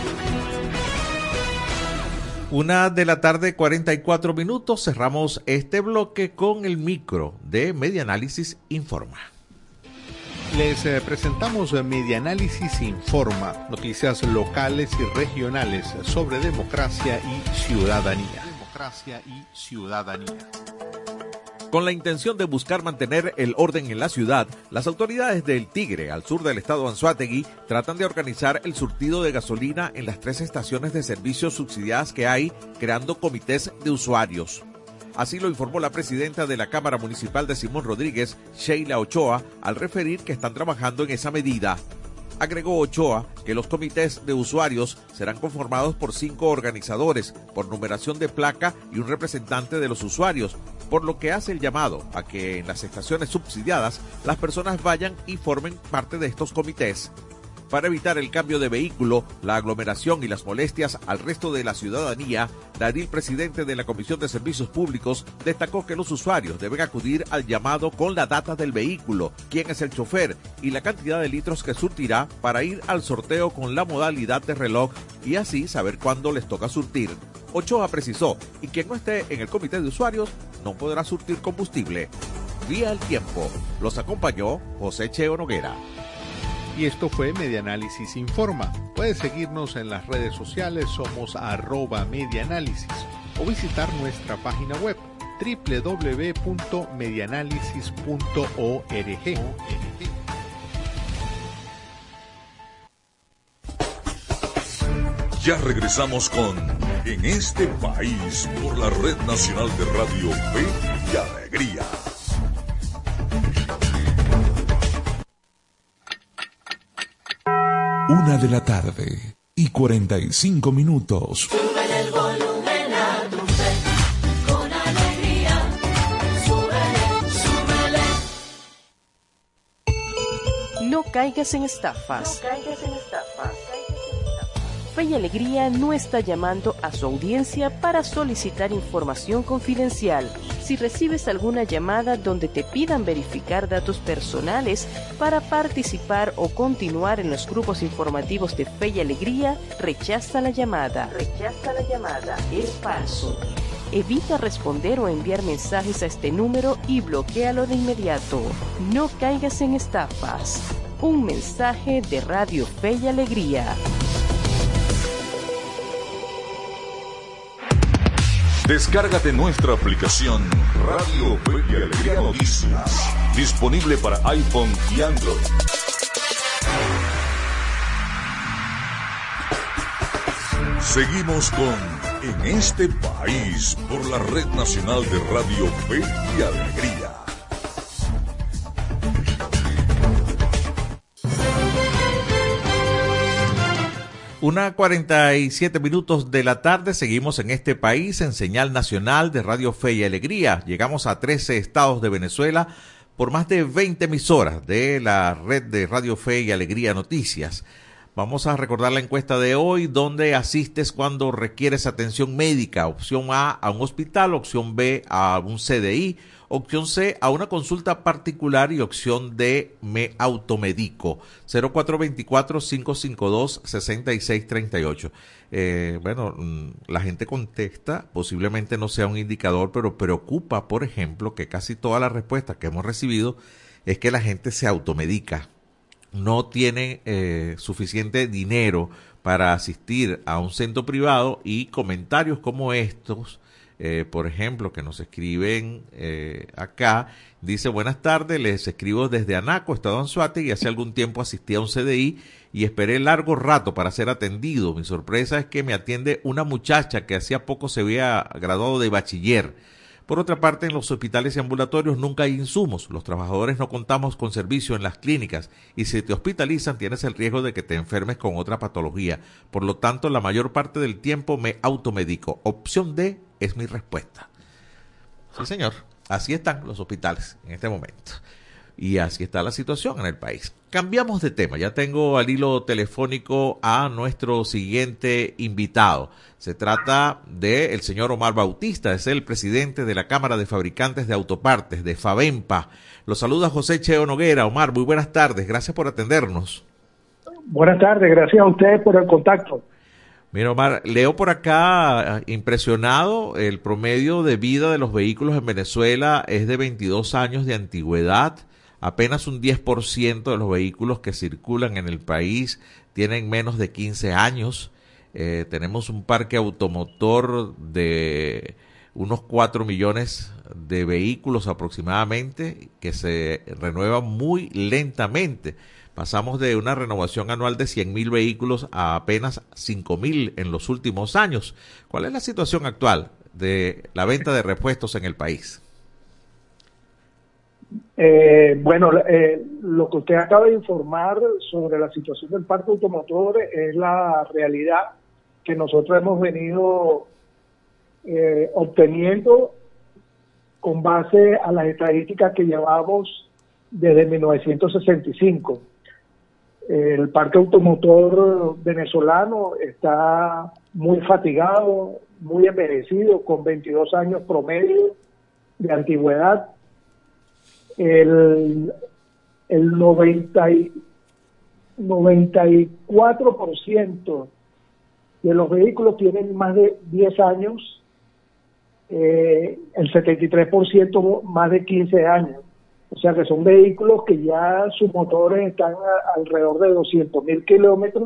Una de la tarde, cuarenta y cuatro minutos. Cerramos este bloque con el micro de Medianálisis Informa. Les eh, presentamos Medianálisis Informa, noticias locales y regionales sobre democracia y ciudadanía. Democracia y ciudadanía. Con la intención de buscar mantener el orden en la ciudad, las autoridades del Tigre, al sur del estado Anzoátegui, tratan de organizar el surtido de gasolina en las tres estaciones de servicio subsidiadas que hay, creando comités de usuarios. Así lo informó la presidenta de la Cámara Municipal de Simón Rodríguez, Sheila Ochoa, al referir que están trabajando en esa medida. Agregó Ochoa que los comités de usuarios serán conformados por cinco organizadores, por numeración de placa y un representante de los usuarios, por lo que hace el llamado a que en las estaciones subsidiadas las personas vayan y formen parte de estos comités. Para evitar el cambio de vehículo, la aglomeración y las molestias al resto de la ciudadanía, la edil presidente de la Comisión de Servicios Públicos destacó que los usuarios deben acudir al llamado con la data del vehículo, quién es el chofer y la cantidad de litros que surtirá para ir al sorteo con la modalidad de reloj y así saber cuándo les toca surtir. Ochoa precisó, y quien no esté en el comité de usuarios no podrá surtir combustible. Vía El Tiempo. Los acompañó José Cheo Noguera. Y esto fue Medianálisis Informa. Puedes seguirnos en las redes sociales, somos arroba Medianálisis, o visitar nuestra página web doble u doble u doble u punto medianálisis punto org. Ya regresamos con En este país por la Red Nacional de Radio Fe y Alegría. Una de la tarde y cuarenta y cinco minutos. Súbele el volumen a tu fe, con alegría. Súbele, súbele. No caigas en estafas. No caigas en estafas. Fe y Alegría no está llamando a su audiencia para solicitar información confidencial. Si recibes alguna llamada donde te pidan verificar datos personales para participar o continuar en los grupos informativos de Fe y Alegría, rechaza la llamada. Rechaza la llamada. Es falso. Evita responder o enviar mensajes a este número y bloquéalo de inmediato. No caigas en estafas. Un mensaje de Radio Fe y Alegría. Descárgate nuestra aplicación Radio Fe y Alegría Noticias, disponible para iPhone y Android. Seguimos con En este país por la Red Nacional de Radio Fe y Alegría. Una cuarenta y siete minutos de la tarde, seguimos en este país en señal nacional de Radio Fe y Alegría. Llegamos a trece estados de Venezuela por más de veinte emisoras de la red de Radio Fe y Alegría Noticias. Vamos a recordar la encuesta de hoy, donde asistes cuando requieres atención médica. Opción A, a un hospital, opción B, a un C D I, opción C, a una consulta particular y opción D, me automedico. cero cuatro dos cuatro, cinco cinco dos, seis seis tres ocho. Eh, bueno, la gente contesta, posiblemente no sea un indicador, pero preocupa, por ejemplo, que casi todas las respuestas que hemos recibido es que la gente se automedica. No tiene eh, suficiente dinero para asistir a un centro privado, y comentarios como estos, eh, por ejemplo, que nos escriben eh, acá, dice: buenas tardes, les escribo desde Anaco, estado Anzoátegui, y hace algún tiempo asistí a un C D I y esperé largo rato para ser atendido. Mi sorpresa es que me atiende una muchacha que hacía poco se había graduado de bachiller. Por otra parte, en los hospitales y ambulatorios nunca hay insumos. Los trabajadores no contamos con servicio en las clínicas y si te hospitalizan tienes el riesgo de que te enfermes con otra patología. Por lo tanto, la mayor parte del tiempo me automedico. Opción D es mi respuesta. Sí, señor. Así están los hospitales en este momento. Y así está la situación en el país. Cambiamos de tema. Ya tengo al hilo telefónico a nuestro siguiente invitado. Se trata del señor Omar Bautista, es el presidente de la Cámara de Fabricantes de Autopartes, de FABEMPA. Lo saluda José Cheo Noguera. Omar, muy buenas tardes. Gracias por atendernos. Buenas tardes. Gracias a ustedes por el contacto. Mira, Omar, leo por acá, impresionado, el promedio de vida de los vehículos en Venezuela es de veintidós años de antigüedad. Apenas un diez por ciento de los vehículos que circulan en el país tienen menos de quince años. Eh, tenemos un parque automotor de unos cuatro millones de vehículos aproximadamente que se renuevan muy lentamente. Pasamos de una renovación anual de cien mil vehículos a apenas cinco mil en los últimos años. ¿Cuál es la situación actual de la venta de repuestos en el país? Eh, bueno, eh, lo que usted acaba de informar sobre la situación del parque automotor es la realidad que nosotros hemos venido eh, obteniendo con base a las estadísticas que llevamos desde mil novecientos sesenta y cinco. El parque automotor venezolano está muy fatigado, muy envejecido, con veintidós años promedio de antigüedad. El, el noventa y cuatro por ciento de los vehículos tienen más de diez años, eh, el setenta y tres por ciento más de quince años. O sea que son vehículos que ya sus motores están a, alrededor de doscientos mil kilómetros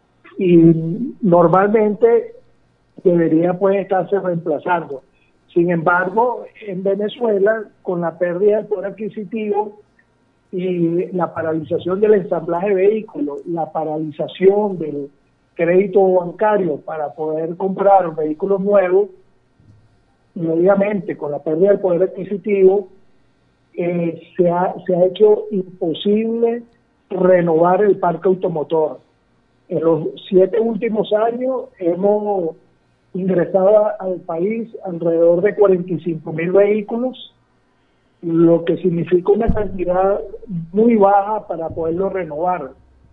y normalmente debería pues estarse reemplazando. Sin embargo, en Venezuela, con la pérdida del poder adquisitivo y la paralización del ensamblaje de vehículos, la paralización del crédito bancario para poder comprar vehículos nuevos, y obviamente con la pérdida del poder adquisitivo, eh, se, ha, se ha hecho imposible renovar el parque automotor. En los siete últimos años hemos ingresado al país alrededor de cuarenta y cinco mil vehículos, lo que significa una cantidad muy baja para poderlo renovar.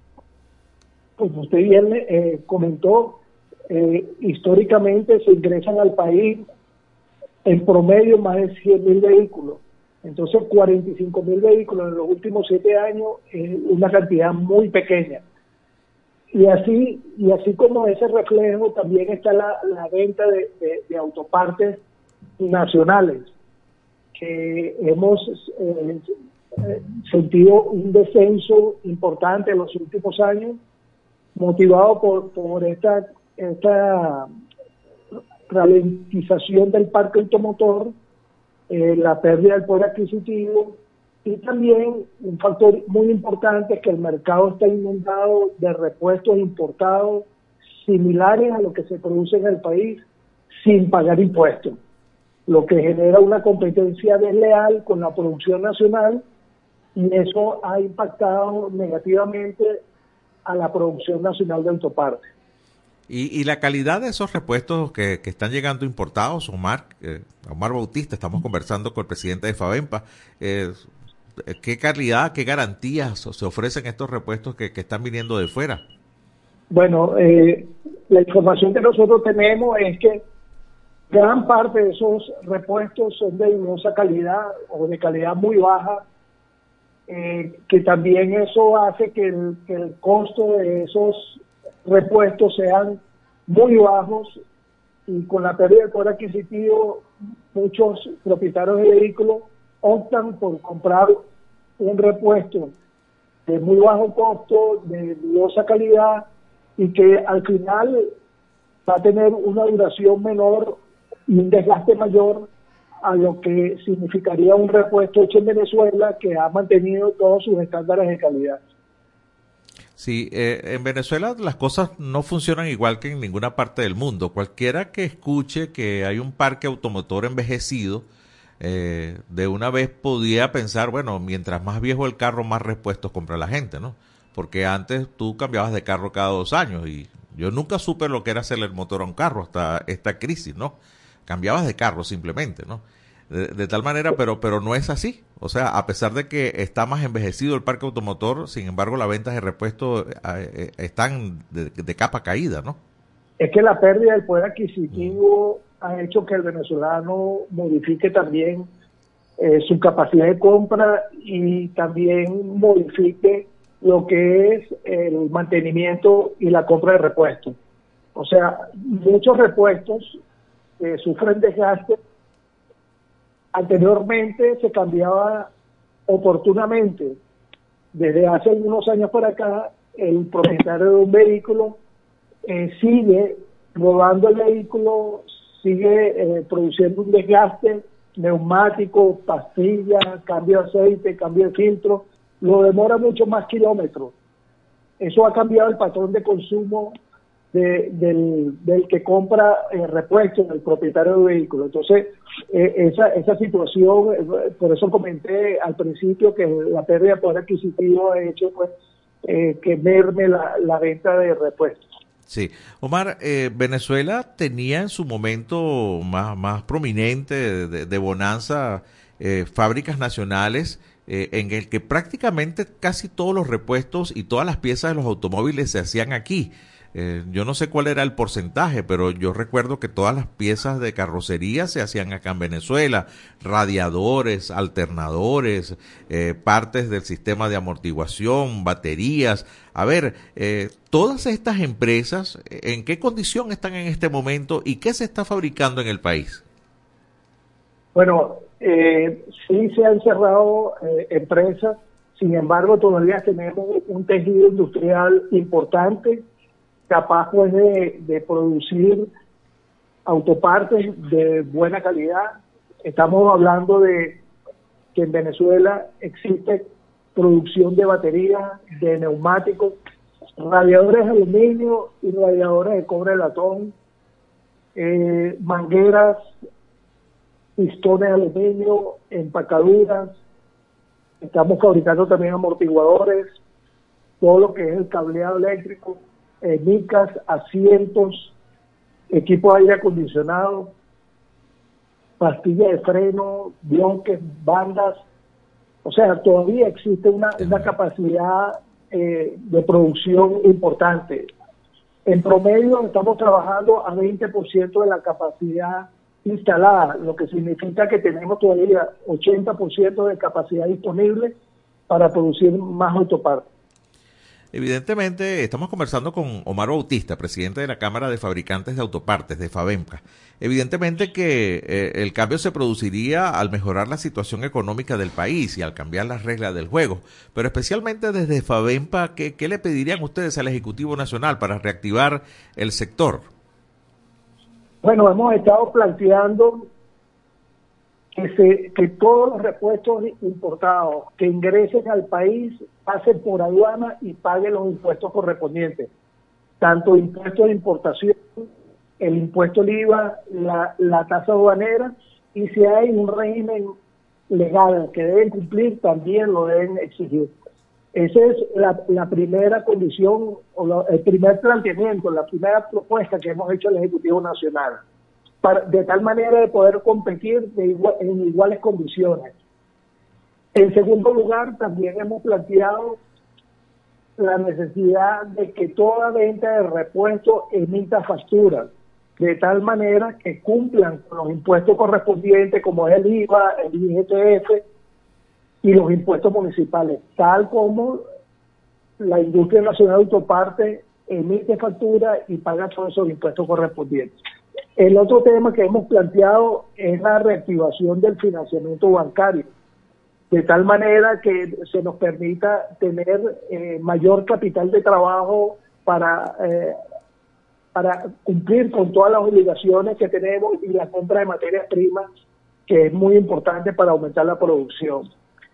Como usted bien eh, comentó, eh, históricamente se ingresan al país en promedio más de cien mil vehículos. Entonces cuarenta y cinco mil vehículos en los últimos siete años es una cantidad muy pequeña. Y así y así como ese reflejo, también está la, la venta de, de, de autopartes nacionales, que hemos eh, sentido un descenso importante en los últimos años, motivado por, por esta, esta ralentización del parque automotor, eh, la pérdida del poder adquisitivo, y también un factor muy importante es que el mercado está inundado de repuestos importados similares a lo que se produce en el país sin pagar impuestos, lo que genera una competencia desleal con la producción nacional, y eso ha impactado negativamente a la producción nacional de autopartes. Y, y la calidad de esos repuestos que, que están llegando importados, Omar, eh, Omar Bautista, estamos conversando con el presidente de FABEMPA, eh, ¿qué calidad, qué garantías se ofrecen estos repuestos que, que están viniendo de fuera? Bueno, eh, la información que nosotros tenemos es que gran parte de esos repuestos son de dudosa calidad o de calidad muy baja, eh, que también eso hace que el, que el costo de esos repuestos sean muy bajos, y con la pérdida del poder adquisitivo muchos propietarios de vehículos optan por comprar un repuesto de muy bajo costo, de dudosa calidad, y que al final va a tener una duración menor y un desgaste mayor a lo que significaría un repuesto hecho en Venezuela, que ha mantenido todos sus estándares de calidad. Sí, eh, en Venezuela las cosas no funcionan igual que en ninguna parte del mundo. Cualquiera que escuche que hay un parque automotor envejecido, eh, de una vez podía pensar, bueno, mientras más viejo el carro, más repuestos compra la gente, ¿no? Porque antes tú cambiabas de carro cada dos años y yo nunca supe lo que era hacerle el motor a un carro hasta esta crisis, ¿no? Cambiabas de carro simplemente, ¿no? De, de tal manera, pero pero no es así. O sea, a pesar de que está más envejecido el parque automotor, sin embargo, las ventas de repuestos eh, están de, de capa caída, ¿no? Es que la pérdida del poder adquisitivo mm. ha hecho que el venezolano modifique también eh, su capacidad de compra, y también modifique lo que es el mantenimiento y la compra de repuestos. O sea, muchos repuestos eh, sufren desgaste. Anteriormente se cambiaba oportunamente. Desde hace algunos años para acá, el propietario de un vehículo eh, sigue rodando el vehículo, sigue eh, produciendo un desgaste, neumático, pastillas, cambio de aceite, cambio de filtro, lo demora mucho más kilómetros. Eso ha cambiado el patrón de consumo de, del, del que compra eh, repuestos, del propietario del vehículo. Entonces, eh, esa, esa situación, eh, por eso comenté al principio que la pérdida de poder adquisitivo ha hecho pues eh, que merme la, la venta de repuestos. Sí, Omar, eh, Venezuela tenía en su momento más, más prominente de, de, de bonanza eh, fábricas nacionales eh, en el que prácticamente casi todos los repuestos y todas las piezas de los automóviles se hacían aquí. Eh, yo no sé cuál era el porcentaje, pero yo recuerdo que todas las piezas de carrocería se hacían acá en Venezuela, radiadores, alternadores, eh, partes del sistema de amortiguación, baterías. A ver, eh, todas estas empresas, ¿en qué condición están en este momento y qué se está fabricando en el país? Bueno, eh, sí se han cerrado eh, empresas, sin embargo todavía tenemos un tejido industrial importante, capaz pues de, de producir autopartes de buena calidad. Estamos hablando de que en Venezuela existe producción de baterías, de neumáticos, radiadores de aluminio y radiadores de cobre latón, eh, mangueras, pistones de aluminio, empacaduras. Estamos fabricando también amortiguadores, todo lo que es el cableado eléctrico, eh, micas, asientos, equipo de aire acondicionado, pastillas de freno, bloques, bandas. O sea, todavía existe una, una capacidad eh, de producción importante. En promedio estamos trabajando a veinte por ciento de la capacidad instalada, lo que significa que tenemos todavía ochenta por ciento de capacidad disponible para producir más autopartes. Evidentemente, estamos conversando con Omar Bautista, presidente de la Cámara de Fabricantes de Autopartes, de FABEMPA. Evidentemente que eh, el cambio se produciría al mejorar la situación económica del país y al cambiar las reglas del juego. Pero especialmente desde FABEMPA, ¿qué, qué le pedirían ustedes al Ejecutivo Nacional para reactivar el sector? Bueno, hemos estado planteando que, se, que todos los repuestos importados que ingresen al país pasen por aduana y paguen los impuestos correspondientes, tanto impuestos de importación, el impuesto al I V A, la, la tasa aduanera, y si hay un régimen legal que deben cumplir, también lo deben exigir. Esa es la, la primera condición, o la, el primer planteamiento, la primera propuesta que hemos hecho al Ejecutivo Nacional, para, de tal manera de poder competir de igual, en iguales condiciones. En segundo lugar, también hemos planteado la necesidad de que toda venta de repuestos emita facturas, de tal manera que cumplan con los impuestos correspondientes, como es el I V A, el I G T F y los impuestos municipales, tal como la Industria Nacional de Autopartes emite factura y paga todos esos impuestos correspondientes. El otro tema que hemos planteado es la reactivación del financiamiento bancario, de tal manera que se nos permita tener eh, mayor capital de trabajo para, eh, para cumplir con todas las obligaciones que tenemos y la compra de materias primas, que es muy importante para aumentar la producción.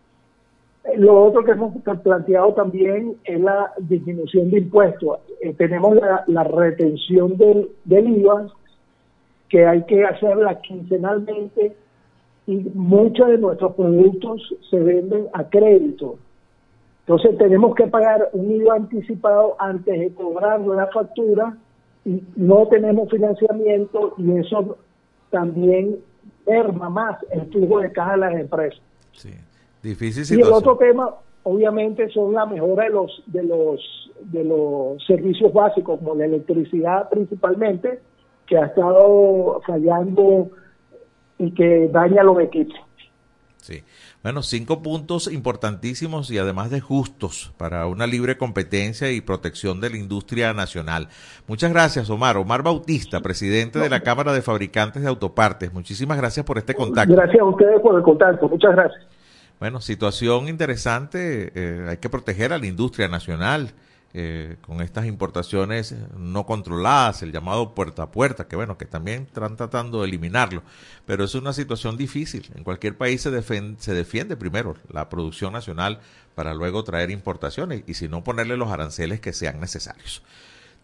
Lo otro que hemos planteado también es la disminución de impuestos. Eh, tenemos la, la retención del, del I V A, que hay que hacerla quincenalmente, y muchos de nuestros productos se venden a crédito. Entonces tenemos que pagar un I V A anticipado antes de cobrar la factura, y no tenemos financiamiento, y eso también merma más el flujo de caja de las empresas. Sí. Difícil y situación. el otro tema, obviamente, son la mejora de los de los de los servicios básicos, como la electricidad principalmente, que ha estado fallando y que daña los equipos. Sí. Bueno, cinco puntos importantísimos y además de justos para una libre competencia y protección de la industria nacional. Muchas gracias, Omar. Omar Bautista, presidente de la Cámara de Fabricantes de Autopartes. Muchísimas gracias por este contacto. Gracias a ustedes por el contacto. Muchas gracias. Bueno, situación interesante. Eh, hay que proteger a la industria nacional eh, con estas importaciones no controladas, el llamado puerta a puerta, que bueno, que también están tratando de eliminarlo, pero es una situación difícil. En cualquier país se defiende, se defiende primero la producción nacional para luego traer importaciones y si no ponerle los aranceles que sean necesarios.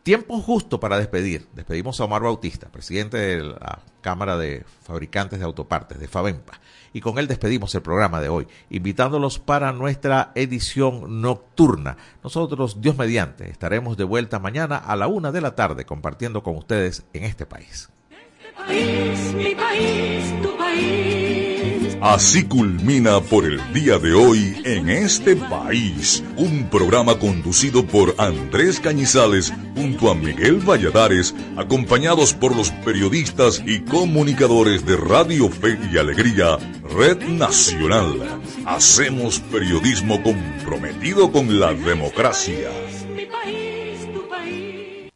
Tiempo justo para despedir. Despedimos a Omar Bautista, presidente de la Cámara de Fabricantes de Autopartes, de Favempa. Y con él despedimos el programa de hoy, invitándolos para nuestra edición nocturna. Nosotros, Dios mediante, estaremos de vuelta mañana a la una de la tarde compartiendo con ustedes en este país. País, mi país, tu país. Así culmina por el día de hoy En Este País, un programa conducido por Andrés Cañizales junto a Miguel Valladares, acompañados por los periodistas y comunicadores de Radio Fe y Alegría, Red Nacional. Hacemos periodismo comprometido con la democracia. Mi país, tu país.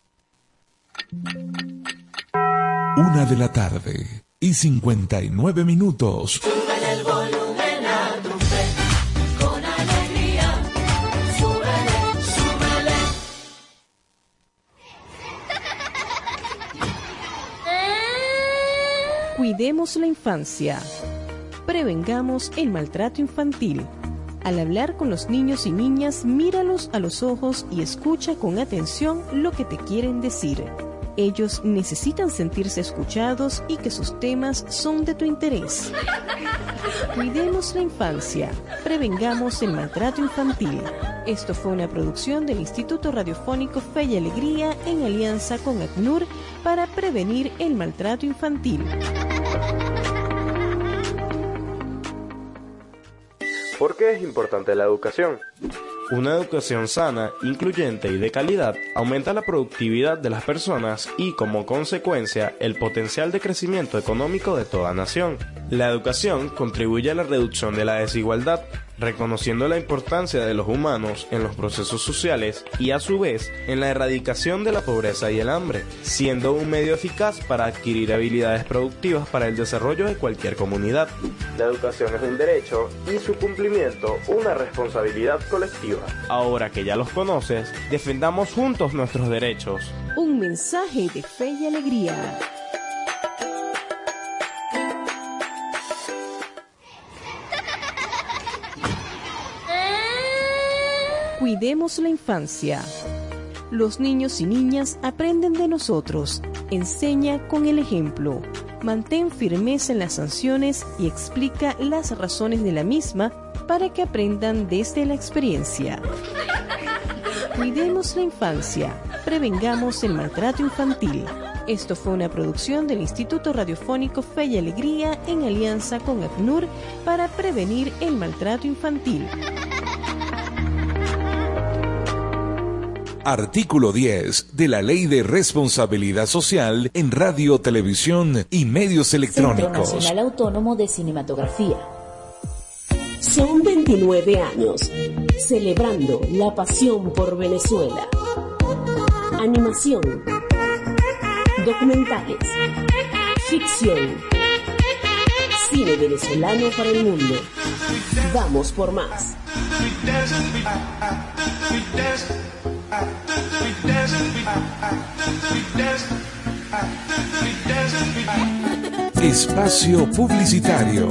Una de la tarde y cincuenta y nueve minutos. Súbele el volumen a tu fe, con alegría. Súbele, súbele. Cuidemos la infancia. Prevengamos el maltrato infantil. Al hablar con los niños y niñas, míralos a los ojos y escucha con atención lo que te quieren decir. Ellos necesitan sentirse escuchados y que sus temas son de tu interés. Cuidemos la infancia. Prevengamos el maltrato infantil. Esto fue una producción del Instituto Radiofónico Fe y Alegría en alianza con ACNUR para prevenir el maltrato infantil. ¿Por qué es importante la educación? Una educación sana, incluyente y de calidad aumenta la productividad de las personas y, como consecuencia, el potencial de crecimiento económico de toda nación. La educación contribuye a la reducción de la desigualdad, reconociendo la importancia de los humanos en los procesos sociales y, a su vez, en la erradicación de la pobreza y el hambre, siendo un medio eficaz para adquirir habilidades productivas para el desarrollo de cualquier comunidad. La educación es un derecho y su cumplimiento una responsabilidad colectiva. Ahora que ya los conoces, defendamos juntos nuestros derechos. Un mensaje de fe y alegría. Cuidemos la infancia. Los niños y niñas aprenden de nosotros. Enseña con el ejemplo. Mantén firmeza en las sanciones y explica las razones de la misma para que aprendan desde la experiencia. Cuidemos la infancia. Prevengamos el maltrato infantil. Esto fue una producción del Instituto Radiofónico Fe y Alegría en alianza con ACNUR para prevenir el maltrato infantil. Artículo diez de la Ley de Responsabilidad Social en Radio, Televisión y Medios Electrónicos. Centro Nacional Autónomo de Cinematografía. Son veintinueve años, celebrando la pasión por Venezuela. Animación, documentales, ficción, cine venezolano para el mundo. Vamos por más. Espacio publicitario.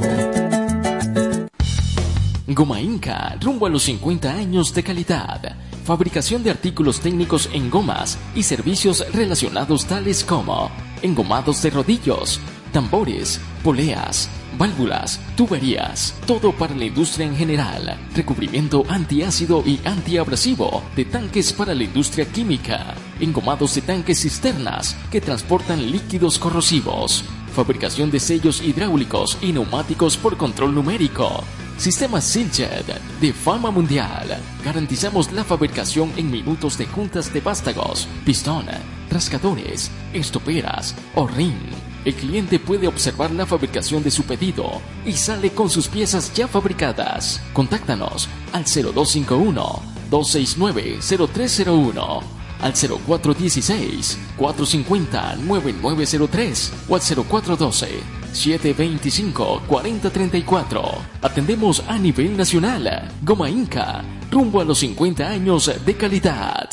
Goma Inca, rumbo a los cincuenta años de calidad. Fabricación de artículos técnicos en gomas y servicios relacionados tales como engomados de rodillos, tambores, poleas, válvulas, tuberías, todo para la industria en general, recubrimiento antiácido y antiabrasivo de tanques para la industria química, engomados de tanques cisternas que transportan líquidos corrosivos, fabricación de sellos hidráulicos y neumáticos por control numérico, sistema Siljet de fama mundial. Garantizamos la fabricación en minutos de juntas de vástagos, pistón, rascadores, estoperas o ring. El cliente puede observar la fabricación de su pedido y sale con sus piezas ya fabricadas. Contáctanos al cero dos cinco uno, dos seis nueve, cero tres cero uno, al cero cuatro uno seis, cuatro cinco cero, nueve nueve cero tres o al cero cuatro uno dos, siete dos cinco, cuatro cero tres cuatro. Atendemos a nivel nacional. Goma Inca, rumbo a los cincuenta años de calidad.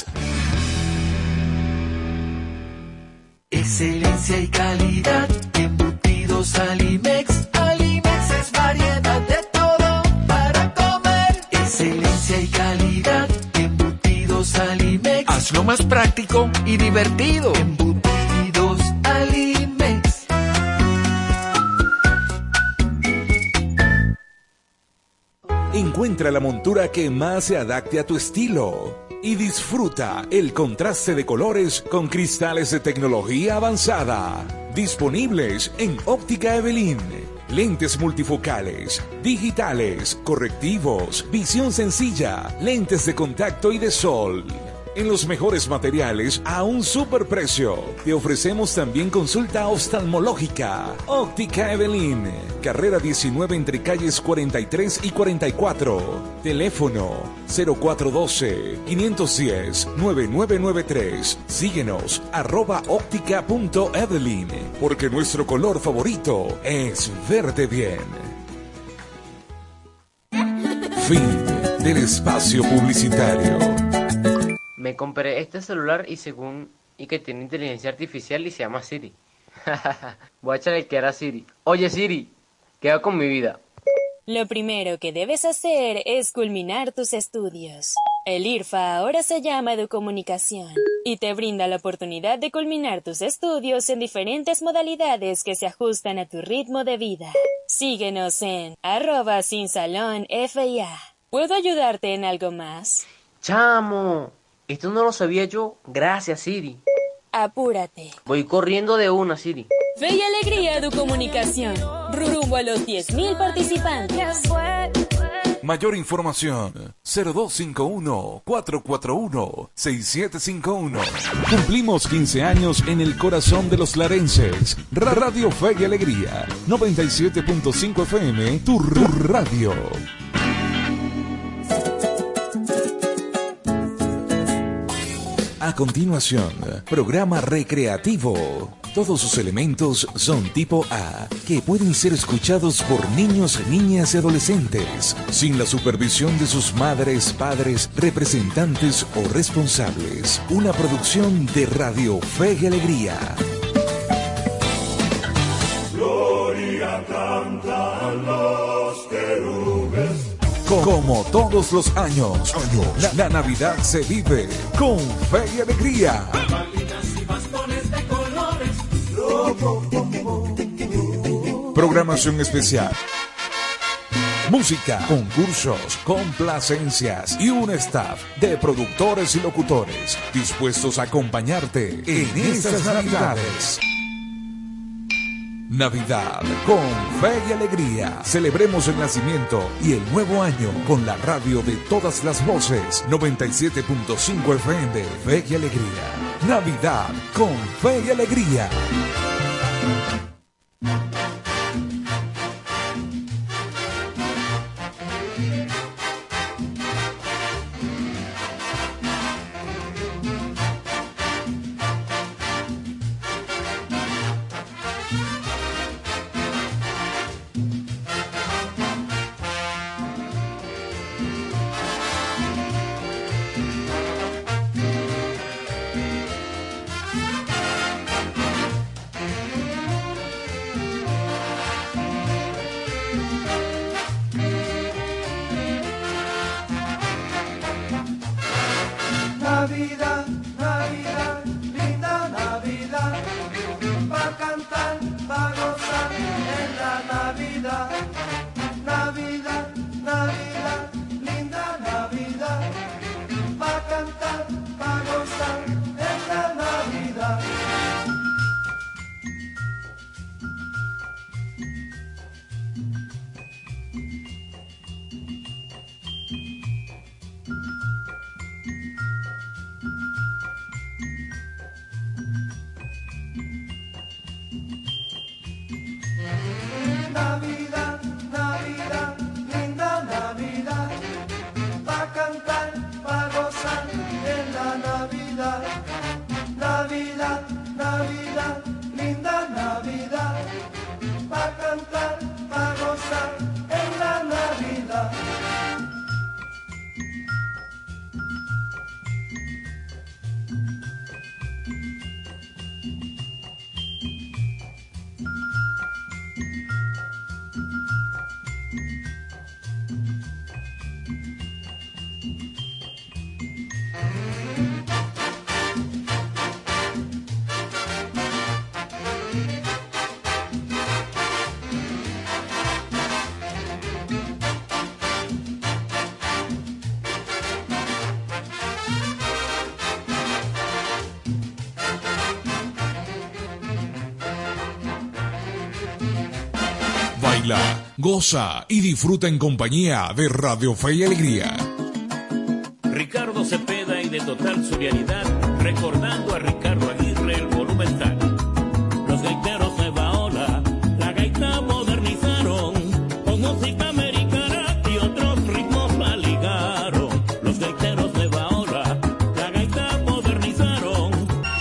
Excelencia y calidad, embutidos Alimex. Alimex es variedad de todo para comer. Excelencia y calidad, embutidos Alimex. Hazlo lo más práctico y divertido. Embutidos Alimex. Encuentra la montura que más se adapte a tu estilo y disfruta el contraste de colores con cristales de tecnología avanzada. Disponibles en Óptica Evelyn. Lentes multifocales, digitales, correctivos, visión sencilla, lentes de contacto y de sol. En los mejores materiales a un superprecio. Te ofrecemos también consulta oftalmológica. Óptica Evelyn. Carrera diecinueve entre calles cuarenta y tres y cuarenta y cuatro. Teléfono cero cuatro uno dos, cinco uno cero, nueve nueve nueve tres. Síguenos arroba óptica punto evelyn. Porque nuestro color favorito es verde bien. Fin del espacio publicitario. Me compré este celular y según y que tiene inteligencia artificial y se llama Siri. Voy a echarle que era Siri. Oye Siri, ¿qué hago con mi vida? Lo primero que debes hacer es culminar tus estudios. El I R F A ahora se llama Educomunicación y te brinda la oportunidad de culminar tus estudios en diferentes modalidades que se ajustan a tu ritmo de vida. Síguenos en arroba sin salón F I A. ¿Puedo ayudarte en algo más? ¡Chamo! Esto no lo sabía yo. Gracias, Siri. Apúrate. Voy corriendo de una, Siri. Fe y alegría Educomunicación. Rumbo a los diez mil participantes. Mayor información cero dos cinco uno, cuatro cuatro uno, seis siete cinco uno. Cumplimos quince años en el corazón de los larenses. Radio Fe y Alegría noventa y siete punto cinco F M, tu radio. A continuación, programa recreativo. Todos sus elementos son tipo A, que pueden ser escuchados por niños, niñas y adolescentes, sin la supervisión de sus madres, padres, representantes o responsables. Una producción de Radio Fe y Alegría. Gloria cantan los querubes. Como todos los años, la, la Navidad se vive con fe y alegría. Programación especial. Música, concursos, complacencias y un staff de productores y locutores dispuestos a acompañarte en estas Navidades. Navidad con fe y alegría. Celebremos el nacimiento y el nuevo año con la radio de todas las voces. noventa y siete punto cinco F M. Fe y alegría. Navidad con fe y alegría. baila, goza y disfruta en compañía de Radio Fe y Alegría. Ricardo Cepeda y de Total Solidaridad, recordando a Ricardo